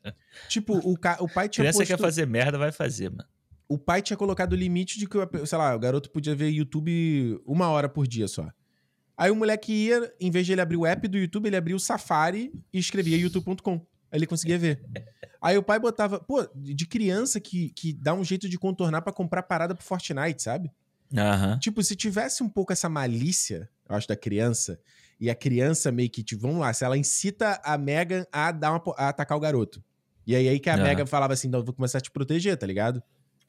Tipo, o, ca- o pai tinha criança posto... quer fazer merda, vai fazer, mano. O pai tinha colocado o limite de que, sei lá, o garoto podia ver YouTube uma hora por dia só. Aí o moleque ia, em vez de ele abrir o app do YouTube, ele abria o Safari e escrevia youtube ponto com. Aí ele conseguia ver. Aí o pai botava... Pô, de criança que, que dá um jeito de contornar pra comprar parada pro Fortnite, sabe? Aham. Tipo, se tivesse um pouco essa malícia, eu acho, da criança, e a criança meio que, tipo, vamos lá, se ela incita a Megan a, dar uma, po- a atacar o garoto. E aí, aí que a Aham. Megan falava assim, não, eu vou começar a te proteger, tá ligado?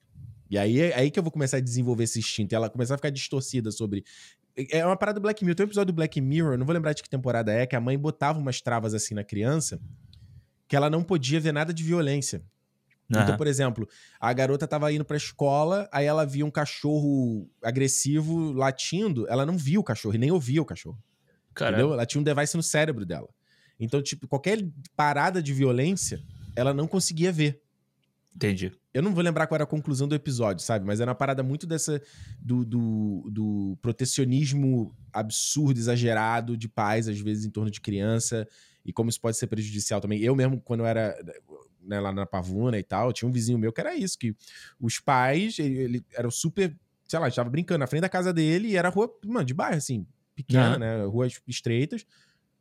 E aí é aí que eu vou começar a desenvolver esse instinto. E ela começar a ficar distorcida sobre... É uma parada do Black Mirror. Tem um episódio do Black Mirror, não vou lembrar de que temporada é, que a mãe botava umas travas assim na criança que ela não podia ver nada de violência. Então, Aham. por exemplo, a garota tava indo pra escola, aí ela via um cachorro agressivo latindo, ela não via o cachorro e nem ouvia o cachorro. Entendeu? Caralho. Ela tinha um device no cérebro dela. Então, tipo, qualquer parada de violência, ela não conseguia ver. Entendi. Eu não vou lembrar qual era a conclusão do episódio, sabe? Mas era uma parada muito dessa... Do, do, do protecionismo absurdo, exagerado de pais, às vezes, em torno de criança. E como isso pode ser prejudicial também. Eu mesmo, quando eu era... Né, lá na Pavuna e tal, tinha um vizinho meu que era isso, que os pais, ele, ele eram super, sei lá, estava brincando na frente da casa dele e era rua, mano, de bairro, assim, pequena, Aham. né, ruas estreitas,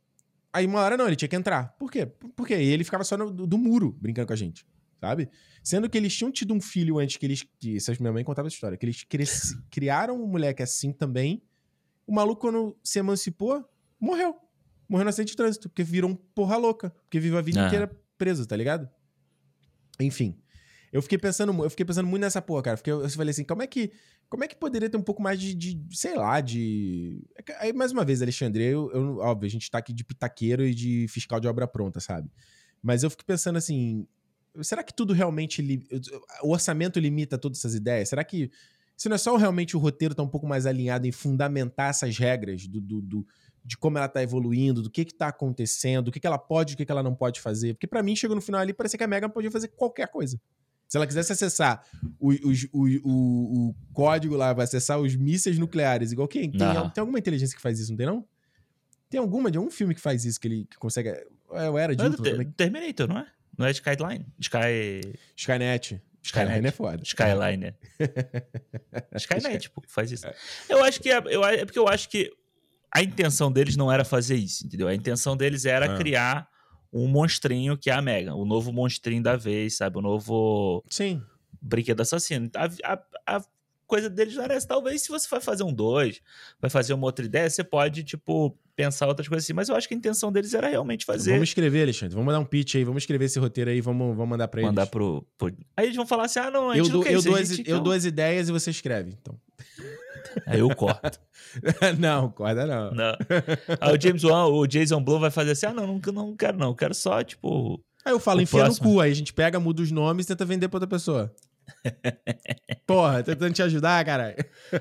Aí uma hora não, ele tinha que entrar. Por quê? Porque ele ficava só no, do muro brincando com a gente, sabe? Sendo que eles tinham tido um filho antes que eles... Que, essas, minha mãe contava essa história. Que eles cresci, criaram um moleque assim também. O maluco, quando se emancipou, morreu. Morreu no acidente de trânsito. Porque virou um porra louca. Porque viveu a vida Ah. inteira preso, tá ligado? Enfim. Eu fiquei pensando, eu fiquei pensando muito nessa porra, cara. Porque eu, eu falei assim, como é que... Como é que poderia ter um pouco mais de, de sei lá, de... Aí, mais uma vez, Alexandre, eu, eu, óbvio, a gente tá aqui de pitaqueiro e de fiscal de obra pronta, sabe? Mas eu fico pensando assim, será que tudo realmente... Li... O orçamento limita todas essas ideias? Será que... Se não é só realmente o roteiro tá um pouco mais alinhado em fundamentar essas regras do, do, do, de como ela tá evoluindo, do que que tá acontecendo, do que que ela pode e do que que ela não pode fazer. Porque pra mim, chegou no final ali, parecia que a Megan podia fazer qualquer coisa. Se ela quisesse acessar o, o, o, o, o código lá, vai acessar os mísseis nucleares, igual quem? Tem, Aham. tem alguma inteligência que faz isso, não tem não? Tem alguma de algum filme que faz isso, que ele que consegue... É, o Era de Não é do Ultron Ter- também. Terminator, não é? Não é Skyline? Sky... Skynet. Skyline é foda. Skyline, é. Skynet, pô, que faz isso. Eu acho que é, eu, é porque eu acho que a intenção deles não era fazer isso, entendeu? A intenção deles era Ah. criar um monstrinho que é a Megan, o novo monstrinho da vez, sabe? O novo Sim. brinquedo assassino. A, a, a coisa deles não era essa. Talvez se você vai fazer um dois, vai fazer uma outra ideia, você pode, tipo, pensar outras coisas assim. Mas eu acho que a intenção deles era realmente fazer... Vamos escrever, Alexandre. Vamos dar um pitch aí. Vamos escrever esse roteiro aí. Vamos, vamos mandar pra eles. Mandar pro, pro... Aí eles vão falar assim, ah, não, a gente Eu, não dou, quer eu, isso, dou a as, gente eu quer dou um- as ideias e você escreve, então. Aí eu corto. Não, corda não. Não. Aí o James Wan, o Jason Blum vai fazer assim, ah, não, não, não quero não, eu quero só, tipo... Aí eu falo, O enfia próximo. no cu. Aí a gente pega, muda os nomes e tenta vender pra outra pessoa. Porra, tentando te ajudar, caralho.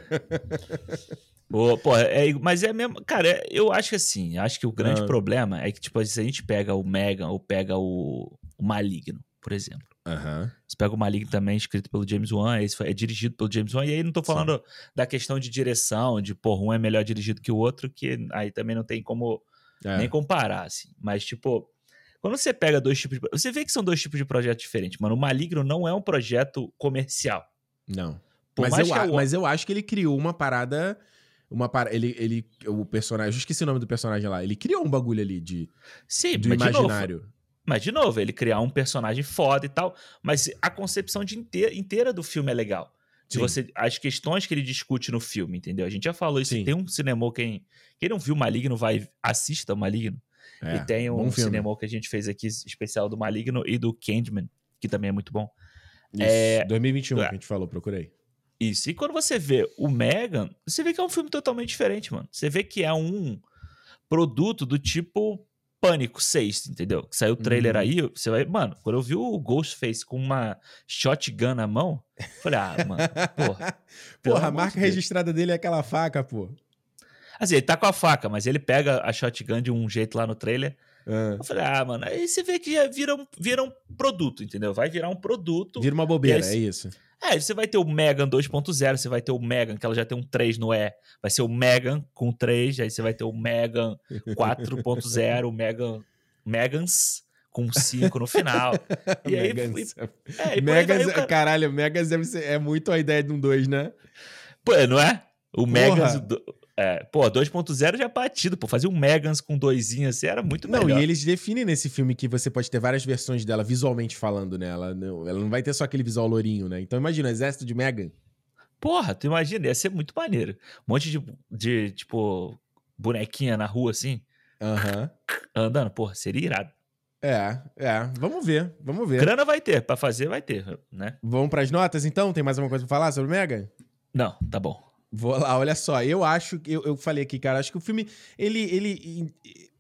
Pô, pô, é, mas é mesmo. Cara, é- eu acho que assim, acho que o grande Ah. problema é que, tipo, se a gente pega o Megan ou pega o, o Maligno, por exemplo. Aham. Você pega o Maligno também, escrito pelo James Wan, esse foi- é dirigido pelo James Wan, e aí não tô falando da questão de direção, de, pô, um é melhor dirigido que o outro, que aí também não tem como É. nem comparar, assim. Mas, tipo, quando você pega dois tipos de... Você vê que são dois tipos de projetos diferentes, mano. O Maligno não é um projeto comercial. Não. Por Mas mais eu, que a- a- mas eu acho que ele criou uma parada. Uma para... ele, ele. O personagem. Eu esqueci o nome do personagem lá. Ele criou um bagulho ali de, Sim, do mas de novo, imaginário. Mas, de novo, ele criar um personagem foda e tal, mas a concepção de inteira, inteira do filme é legal. De Sim. você, as questões que ele discute no filme, entendeu? A gente já falou isso. Sim. Tem um cinema, quem, quem não viu Maligno, vai, assista o Maligno. É, e tem bom um filme. cinema que a gente fez aqui, especial do Maligno e do Candyman, que também é muito bom. Isso. É- dois mil e vinte e um É. que a gente falou, procurei. Isso. E quando você vê o Megan, você vê que é um filme totalmente diferente, mano. Você vê que é um produto do tipo Pânico seis, entendeu? Que saiu o trailer Uhum. aí, você vai... Mano, quando eu vi o Ghostface com uma shotgun na mão, eu falei, ah, mano, porra. pelo Porra, a amor marca de Deus. registrada dele é aquela faca, pô. Assim, ele tá com a faca, mas ele pega a shotgun de um jeito lá no trailer. Ah. Eu falei, ah, mano, aí você vê que já vira um, vira um produto, entendeu? Vai virar um produto. Vira uma bobeira, E aí, é isso. É, você vai ter o Megan dois ponto zero, você vai ter o Megan, que ela já tem um três no E, vai ser o Megan com três, aí você vai ter o Megan quatro ponto zero, o Megan, Megans com cinco no final. E aí, Megans. e- é, e por aí Megas, vai o cara- caralho, Megas deve ser, é muito a ideia de um dois, né? Pô, não é? O Megans, Porra. do- é, pô, dois ponto zero já é batido, pô, fazer um Megans com doisinho assim era muito Não, melhor. e eles definem nesse filme que você pode ter várias versões dela visualmente falando, né? Ela não, ela não vai ter só aquele visual lourinho, né? Então imagina, exército de Megan. Porra, tu imagina, ia ser muito maneiro. Um monte de, de tipo, bonequinha na rua assim, Aham. andando, porra, seria irado. É, é. Vamos ver, vamos ver. Grana vai ter, pra fazer vai ter, né? Vamos pras notas, então? Tem mais alguma coisa pra falar sobre Megan? Não, tá bom. Vou lá, olha só. Eu acho que... Eu, eu falei aqui, cara, acho que o filme, ele... ele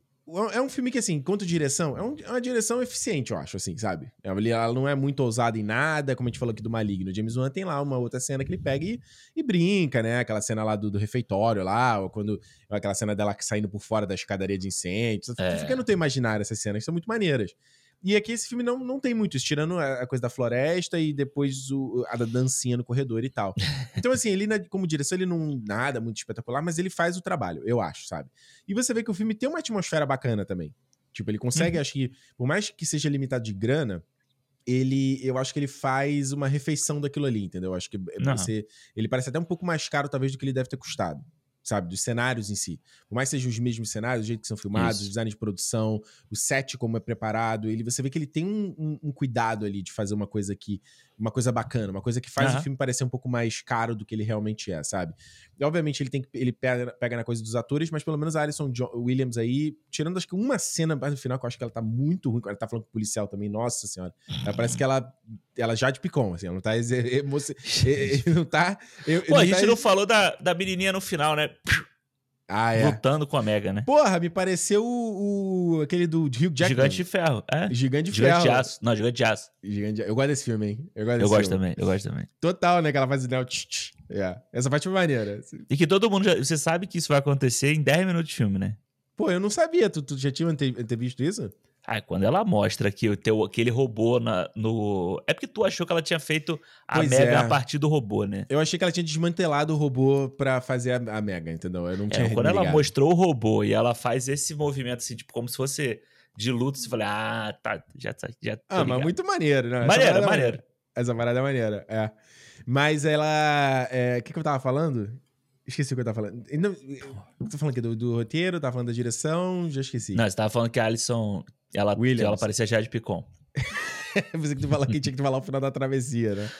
é um filme que, assim, quanto direção, é, um- é uma direção eficiente, eu acho, assim, sabe? Ela, ela não é muito ousada em nada, como a gente falou aqui do Maligno. O James Wan tem lá uma outra cena que ele pega e, e brinca, né? Aquela cena lá do, do refeitório lá, ou quando... Aquela cena dela saindo por fora da escadaria de incêndio. É. Fica no teu imaginário essas cenas, que são muito maneiras. E aqui esse filme não, não tem muito isso, tirando a a coisa da floresta e depois o, a da dancinha no corredor e tal. Então, assim, ele, na- como direção, ele não nada muito espetacular, mas ele faz o trabalho, eu acho, sabe? E você vê que o filme tem uma atmosfera bacana também. Tipo, ele consegue, Uhum. acho que, por mais que seja limitado de grana, ele, eu acho que ele faz uma refeição daquilo ali, entendeu? Eu acho que Aham. você, ele parece até um pouco mais caro, talvez, do que ele deve ter custado, sabe? Dos cenários em si. Por mais que sejam os mesmos cenários, o jeito que são filmados, Isso. o design de produção, o set como é preparado, ele, você vê que ele tem um, um, um cuidado ali de fazer uma coisa que, uma coisa bacana, uma coisa que faz Aham. o filme parecer um pouco mais caro do que ele realmente é, sabe? E, obviamente, ele tem que, ele pega, pega na coisa dos atores, mas pelo menos a Alison Jo- Williams aí, tirando acho que uma cena mais no final, que eu acho que ela tá muito ruim, quando ela tá falando com o policial também, nossa senhora. Ela parece que ela, ela já de picom, assim, ela não tá... Emoci... não tá... eu- Pô, a gente tá- não falou da, da menininha no final, né? Ah, é. Lutando com a Mega, né? Porra, me pareceu o, o- aquele do Hugh Jackman. Gigante de ferro. É. Gigante de Gigante de Ferro. aço. Não, gigante de aço. Gigante de- Eu gosto desse filme, hein? Eu gosto Eu desse gosto filme. também, eu gosto também. Total, né? Que ela faz o... Tch, tch. É. Essa parte foi maneira. E que todo mundo já. Você sabe que isso vai acontecer em dez minutos de filme, né? Pô, eu não sabia. Tu, tu já tinha ter, ter visto isso? Ah, quando ela mostra que o teu, aquele robô na, no. É porque tu achou que ela tinha feito a Pois Mega é. a partir do robô, né? Eu achei que ela tinha desmantelado o robô pra fazer a, a Mega, entendeu? Eu não tinha É, quando me ela ligado. mostrou o robô e ela faz esse movimento assim, tipo, como se fosse de luta, você fala, ah, tá, já, tá- já tô Ah, mas ligado. muito maneiro, né? Essa Maneiro, parada é maneiro. Essa parada é maneira, é. Mas ela... é, O que, que eu tava falando? Esqueci o que eu tava falando. Não, eu tô falando aqui do, do roteiro, tava falando da direção, já esqueci. Não, você tava falando que a Alison, ela, que Williams. ela parecia Jade Picon. Você que tu fala que tinha que falar o final da travessia, né?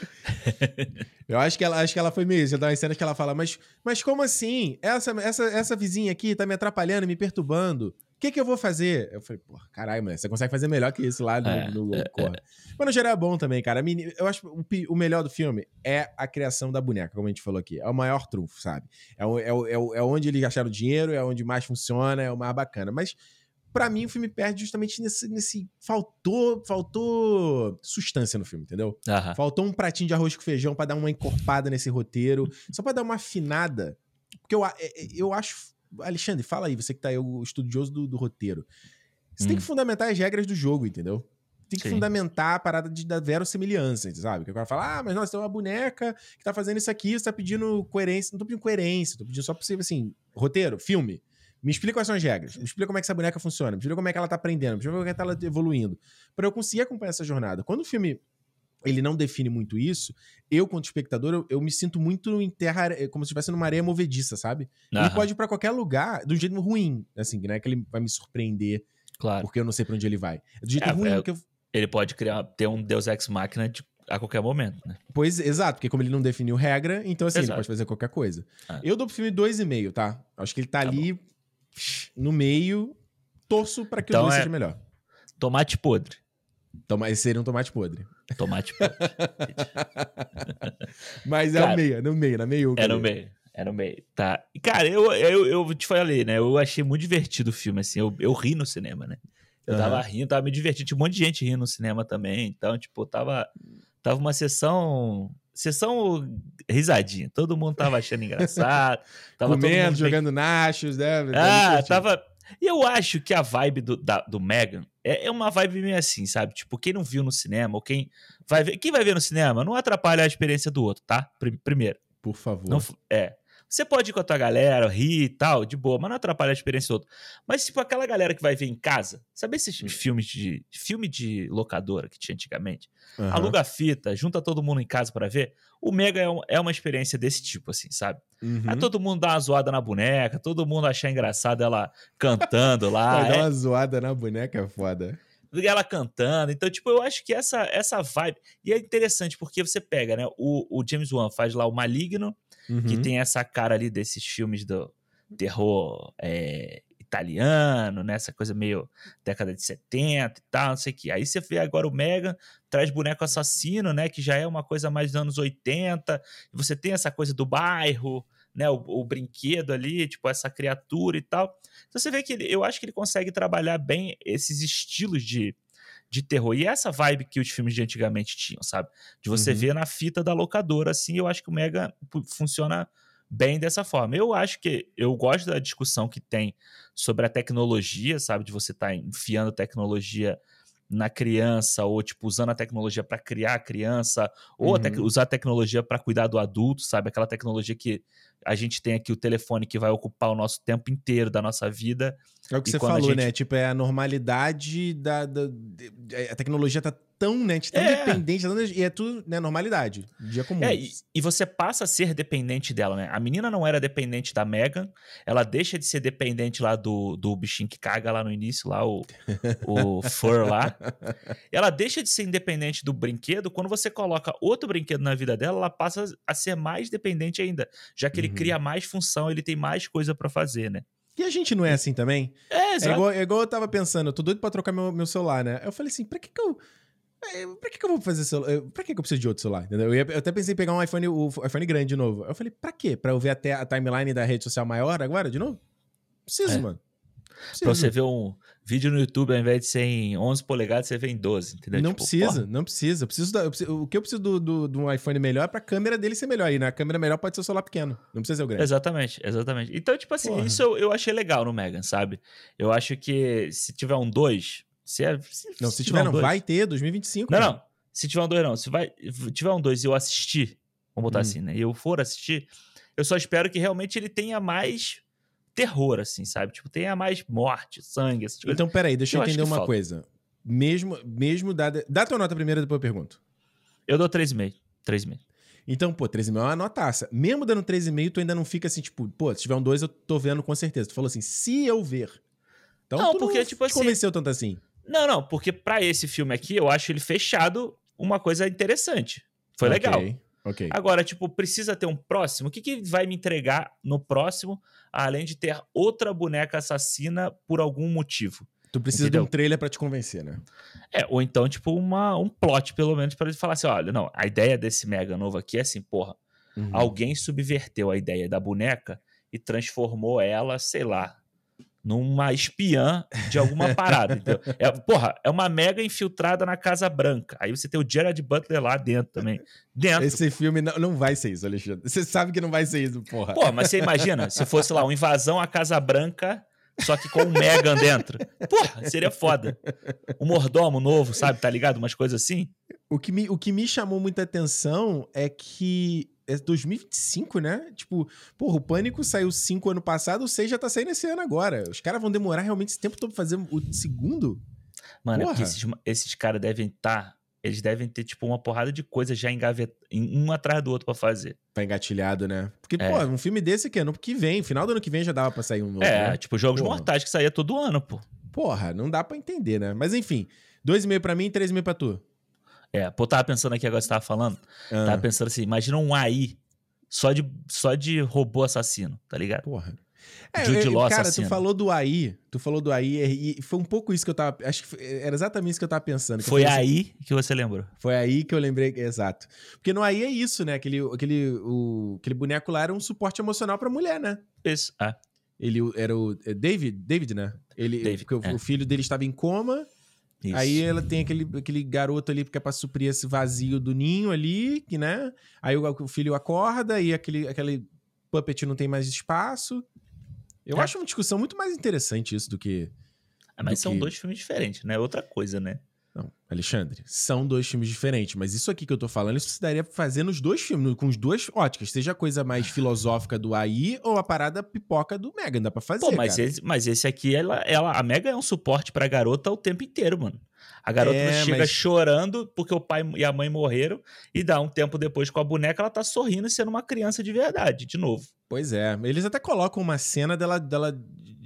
Eu acho que ela, acho que ela foi meio isso. Eu dou umas cenas que ela fala, mas, mas como assim? Essa, essa, essa vizinha aqui tá me atrapalhando, me perturbando. O que que eu vou fazer? Eu falei, porra, caralho, mulher, você consegue fazer melhor que isso lá no, É, no é, Corra. Mas no geral é bom também, cara. A meni- Eu acho que o, pi- o melhor do filme é a criação da boneca, como a gente falou aqui. É o maior trunfo, sabe? É, o- é, o- é, o- é onde eles gastaram dinheiro, é onde mais funciona, é o mais bacana. Mas pra mim o filme perde justamente nesse... nesse faltou, faltou substância no filme, entendeu? Aham. Faltou um pratinho de arroz com feijão pra dar uma encorpada nesse roteiro, só pra dar uma afinada. Porque eu, a- é- é- eu acho... Alexandre, fala aí, você que tá aí, o estudioso do, do roteiro. Você tem Hum. que fundamentar as regras do jogo, entendeu? Tem que Sim. fundamentar a parada de, da verossimilhança, sabe? Que o cara fala, ah, mas nossa, tem uma boneca que tá fazendo isso aqui, você tá pedindo coerência. Não tô pedindo coerência, tô pedindo só pra você, assim, roteiro, filme. Me explica quais são as regras. Me explica como é que essa boneca funciona. Me explica como é que ela tá aprendendo. Me explica como é que ela tá evoluindo. Pra eu conseguir acompanhar essa jornada. Quando o filme ele não define muito isso, eu, quanto espectador, eu, eu me sinto muito em terra, como se estivesse numa areia movediça, sabe? Ele Aham, pode ir pra qualquer lugar de um jeito ruim, assim, não é que ele vai me surpreender claro. porque eu não sei pra onde ele vai. É do jeito É, ruim é- que eu... Ele pode criar, ter um Deus Ex Machina de- a qualquer momento, né? Pois, exato, porque como ele não definiu regra, então assim, ele Exato. pode fazer qualquer coisa. Ah. Eu dou pro filme dois e meio, tá? Acho que ele tá, Tá ali no meio, torço pra que Então o dois é- seja melhor. Tomate podre. Toma, esse seria um tomate podre. Tomate podre. Mas é Cara, o meio, no meio, na meio. É no meio. É no meio. Tá. E, cara, eu, eu, eu te falei, né? Eu achei muito divertido o filme, assim. Eu, eu ri no cinema, né? Eu tava Aham. rindo, tava me divertindo. Tinha um monte de gente rindo no cinema também. Então, tipo, tava, tava uma sessão. Sessão risadinha. Todo mundo tava achando engraçado. Tava todo Comendo, mundo bem- jogando nachos, né? Ah, Divertido. tava. E eu acho que a vibe do, da- do Megan é, é uma vibe meio assim, sabe? Tipo, quem não viu no cinema, ou quem vai ver. Quem vai ver no cinema não atrapalha a experiência do outro, tá? Pri- Primeiro. Por favor. Não, f- é. Você pode ir com a tua galera, rir e tal, de boa, mas não atrapalha a experiência do outro. Mas, tipo, aquela galera que vai ver em casa, sabe esses Hum. filmes de. Filme de locadora que tinha antigamente? Aham. Aluga a fita, junta todo mundo em casa pra ver. O Mega é, um- é uma experiência desse tipo, assim, sabe? Uhum. Aí todo mundo dá uma zoada na boneca, todo mundo achar engraçado ela cantando lá. Vai dar é- uma zoada na boneca, é foda. ela cantando. Então, tipo, eu acho que essa, essa vibe. E é interessante porque você pega, né? O, o James Wan faz lá o Maligno, que Uhum. tem essa cara ali desses filmes do terror é, italiano, né? Essa coisa meio década de setenta e tal, não sei o que. Aí você vê agora o Megan, traz boneco assassino, né? Que já é uma coisa mais dos anos oitenta. E você tem essa coisa do bairro, né? O, o brinquedo ali, tipo, essa criatura e tal. Então você vê que ele, eu acho que ele consegue trabalhar bem esses estilos de, de terror. E essa vibe que os filmes de antigamente tinham, sabe? De você Uhum. ver na fita da locadora, assim, eu acho que o Mega pu- funciona bem dessa forma. Eu acho que eu gosto da discussão que tem sobre a tecnologia, sabe? De você estar enfiando tecnologia na criança, ou tipo, usando a tecnologia para criar a criança, ou a tec- Uhum. usar a tecnologia para cuidar do adulto, sabe? Aquela tecnologia que a gente tem aqui o telefone que vai ocupar o nosso tempo inteiro da nossa vida. É o que E você quando a falou, gente- né? Tipo, é a normalidade da... da- de- a tecnologia tá tão, né? Tão É. dependente, tão- e é tudo, né? Normalidade. Dia comum. É, e, e você passa a ser dependente dela, né? A menina não era dependente da Megan, ela deixa de ser dependente lá do, do bichinho que caga lá no início, lá o, o Fur lá. Ela deixa de ser independente do brinquedo, quando você coloca outro brinquedo na vida dela, ela passa a ser mais dependente ainda, já que ele Uhum. cria mais função, ele tem mais coisa pra fazer, né? E a gente não é assim também? É, É exato. igual, é igual eu tava pensando, eu tô doido pra trocar meu, meu celular, né? Eu falei assim, pra que que eu... é, Pra que que eu vou fazer celular? Eu- Pra que que eu preciso de outro celular? Entendeu? Eu, ia- eu até pensei em pegar um iPhone, o iPhone grande de novo. Eu falei, pra quê? Pra eu ver até a timeline da rede social maior agora, de novo? Preciso, É. mano. Preciso. Pra você ver um vídeo no YouTube, ao invés de ser em onze polegadas, você vê em doze, entendeu? Não Tipo, precisa, porra. não precisa. Eu preciso da- eu preciso- o que eu preciso do, do, do iPhone melhor é pra câmera dele ser melhor. E na câmera melhor pode ser o celular pequeno. Não precisa ser o grande. Exatamente, exatamente. Então, tipo assim, Porra. isso eu, eu achei legal no Megan, sabe? Eu acho que se tiver um dois, se, é- se, Não, se tiver, um não. dois- Vai ter dois mil e vinte e cinco. Não, cara. não. Se tiver um dois, não. Se vai, tiver um dois e eu assistir, vamos botar Hum. assim, né? E eu for assistir, eu só espero que realmente ele tenha mais terror, assim, sabe? Tipo, tenha mais morte, sangue, essas coisas. Então, peraí, deixa eu Eu acho entender que uma falta. coisa. Mesmo, mesmo dada... Dá tua nota primeiro, depois eu pergunto. Eu dou três e meio. três e meio. Então, pô, três vírgula cinco é uma notaça. Mesmo dando três vírgula cinco, tu ainda não fica assim, tipo, pô, se tiver um dois, eu tô vendo com certeza. Tu falou assim, se eu ver. Então, Não, tu porque, não tipo te assim- convenceu tanto assim. Não, não, porque pra esse filme aqui, eu acho ele fechado uma coisa interessante. Foi Ok, legal. Ok. Agora, tipo, precisa ter um próximo? O que, que vai me entregar no próximo, além de ter outra boneca assassina por algum motivo? Tu precisa Entendeu? de um trailer pra te convencer, né? É, ou então, tipo, uma, um plot, pelo menos, pra ele falar assim: olha, não, a ideia desse Mega novo aqui é assim, porra, Uhum. alguém subverteu a ideia da boneca e transformou ela, sei lá, numa espiã de alguma parada, entendeu? É, porra, é uma Mega infiltrada na Casa Branca. Aí você tem o Gerard Butler lá dentro também. Dentro. Esse filme não, não vai ser isso, Alexandre. Você sabe que não vai ser isso, porra. Pô, mas você imagina se fosse lá uma invasão à Casa Branca, só que com o Megan dentro. Porra, seria foda. Um mordomo novo, sabe? Tá ligado? Umas coisas assim. O que, me, o que me chamou muita atenção é que é dois mil e vinte e cinco, né? Tipo, porra, o Pânico saiu cinco ano passado, o seis já tá saindo esse ano agora. Os caras vão demorar realmente esse tempo todo pra fazer o segundo? Mano, é Porra. porque esses, esses caras devem estar... Eles devem ter, tipo, uma porrada de coisas já engavetadas, um atrás do outro pra fazer. Tá engatilhado, né? Porque, É. pô, um filme desse aqui, ano que vem, final do ano que vem já dava pra sair um novo, É, né? tipo, Jogos Porra. Mortais que saía todo ano, pô. Porra, não dá pra entender, né? Mas enfim, dois e meio pra mim e três e meio pra tu. É, pô, tava pensando aqui agora que você tava falando. Ah, Tava pensando assim, imagina um A I só de, só de robô assassino, tá ligado? porra. Jude eu- Law cara, assassino. tu falou do A I, tu falou do A I e foi um pouco isso que eu tava... Acho que foi- era exatamente isso que eu tava pensando. que eu Foi falei assim, aí que você lembrou. Foi aí que eu lembrei, exato. Porque no A I é isso, né? Aquele, aquele, o, aquele boneco lá era um suporte emocional pra mulher, né? Isso, é. Ele era o é David, David, né? Ele, David, porque o, é. o filho dele estava em coma, Isso. aí ela tem aquele, aquele garoto ali que é pra suprir esse vazio do ninho ali, que, né? Aí o, o filho acorda e aquele, aquele puppet não tem mais espaço. Eu É. acho uma discussão muito mais interessante isso do que... Ah, mas do são que- dois filmes diferentes, né? Outra coisa, né? Não, Alexandre, são dois filmes diferentes, mas isso aqui que eu tô falando, isso se daria pra fazer nos dois filmes, com as duas óticas, seja a coisa mais filosófica do A I ou a parada pipoca do Megan, dá pra fazer, Pô, mas cara. esse, mas esse aqui, ela, ela, a Mega é um suporte pra garota o tempo inteiro, mano. A garota É, chega mas- chorando porque o pai e a mãe morreram e dá um tempo depois com a boneca, ela tá sorrindo e sendo uma criança de verdade, de novo. Pois é, eles até colocam uma cena dela, dela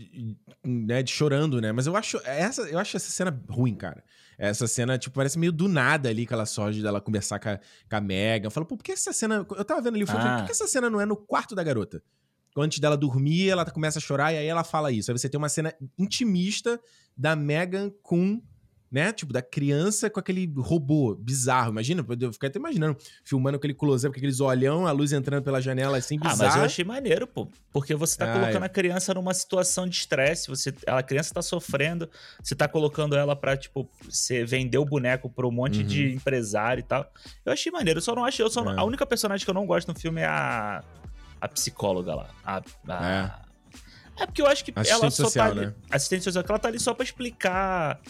né, de chorando, né? Mas eu acho essa, eu acho essa cena ruim, cara. Essa cena, tipo, parece meio do nada ali que ela surge dela conversar com a, com a Megan. Eu falo, pô, por que essa cena... Eu tava vendo ali o filme, Ah. por que essa cena não é no quarto da garota? Antes dela dormir, ela começa a chorar e aí ela fala isso. Aí você tem uma cena intimista da Megan com, né? Tipo, da criança com aquele robô bizarro. Imagina, eu fiquei até imaginando, filmando aquele close-up, com aqueles olhão, a luz entrando pela janela assim, Ah, bizarro. mas eu achei maneiro, pô. Porque você tá Ah, colocando é. a criança numa situação de estresse, você, a criança tá sofrendo, você tá colocando ela pra, tipo, você vender o boneco pra um monte Uhum. de empresário e tal. Eu achei maneiro, eu só não achei, eu só não- É. a única personagem que eu não gosto no filme é a, a psicóloga lá. A, a- é. porque eu acho que Assistente ela só social, tá ali, né? assistente social, que ela tá ali só pra explicar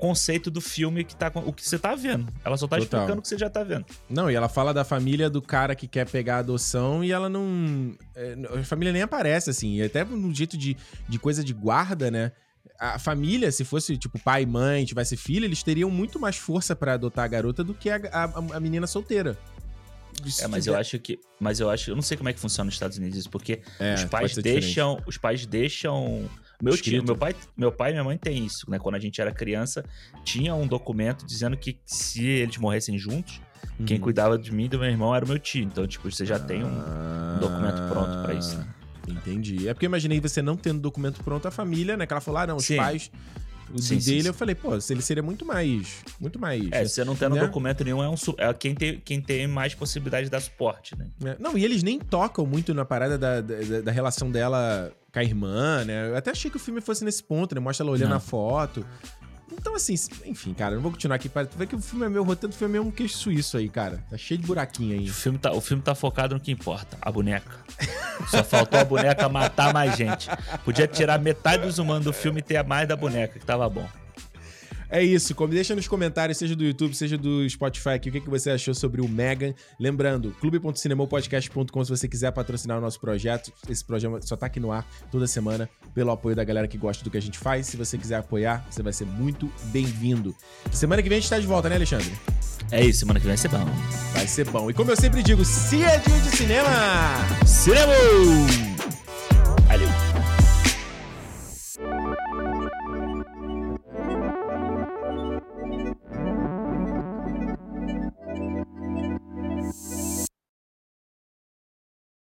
conceito do filme que tá com o que você tá vendo. Ela só tá Total. explicando o que você já tá vendo. Não, e ela fala da família do cara que quer pegar a adoção e ela não... é, a família nem aparece, assim. E até no jeito de, de coisa de guarda, né? A família, se fosse, tipo, pai, mãe, tivesse filho, eles teriam muito mais força pra adotar a garota do que a, a, a menina solteira. É, mas eu acho que... Mas eu acho... Eu não sei como é que funciona nos Estados Unidos isso, porque É, os pode pais ser deixam... Os pais deixam... Meu tio, Escrito. meu pai, meu pai e minha mãe tem isso, né? Quando a gente era criança, tinha um documento dizendo que se eles morressem juntos, Uhum. quem cuidava de mim e do meu irmão era o meu tio. Então, tipo, você já tem um, Ah, um documento pronto pra isso. Entendi. É porque eu imaginei você não tendo documento pronto, a família, né? Que ela falou, ah, não, os Sim. pais... O Sim, dele, sim, sim. eu falei, pô, ele seria muito mais... Muito mais... É, você não tendo né? documento nenhum, é, um, su- é quem, tem, quem tem mais possibilidade de dar suporte, né? É, não, e eles nem tocam muito na parada da, da, da relação dela com a irmã, né? Eu até achei que o filme fosse nesse ponto, né? Mostra ela olhando Não. a foto. Então, assim, enfim, cara, não vou continuar aqui. Pra... Tu vê que o filme é meu, o roteiro do filme é um queixo suíço aí, cara. Tá cheio de buraquinho aí. O filme, tá, o filme tá focado no que importa, a boneca. Só faltou a boneca matar mais gente. Podia tirar metade dos humanos do filme e ter a mais da boneca, que tava bom. É isso, como deixa nos comentários, seja do YouTube, seja do Spotify aqui, o que, que você achou sobre o Megan. Lembrando, clube ponto cinemopodcast ponto com se você quiser patrocinar o nosso projeto. Esse projeto só tá aqui no ar toda semana pelo apoio da galera que gosta do que a gente faz. Se você quiser apoiar, você vai ser muito bem-vindo. Semana que vem a gente tá de volta, né, Alexandre? É isso, semana que vem vai ser bom. Vai ser bom. E como eu sempre digo, se é dia de cinema... Cinema!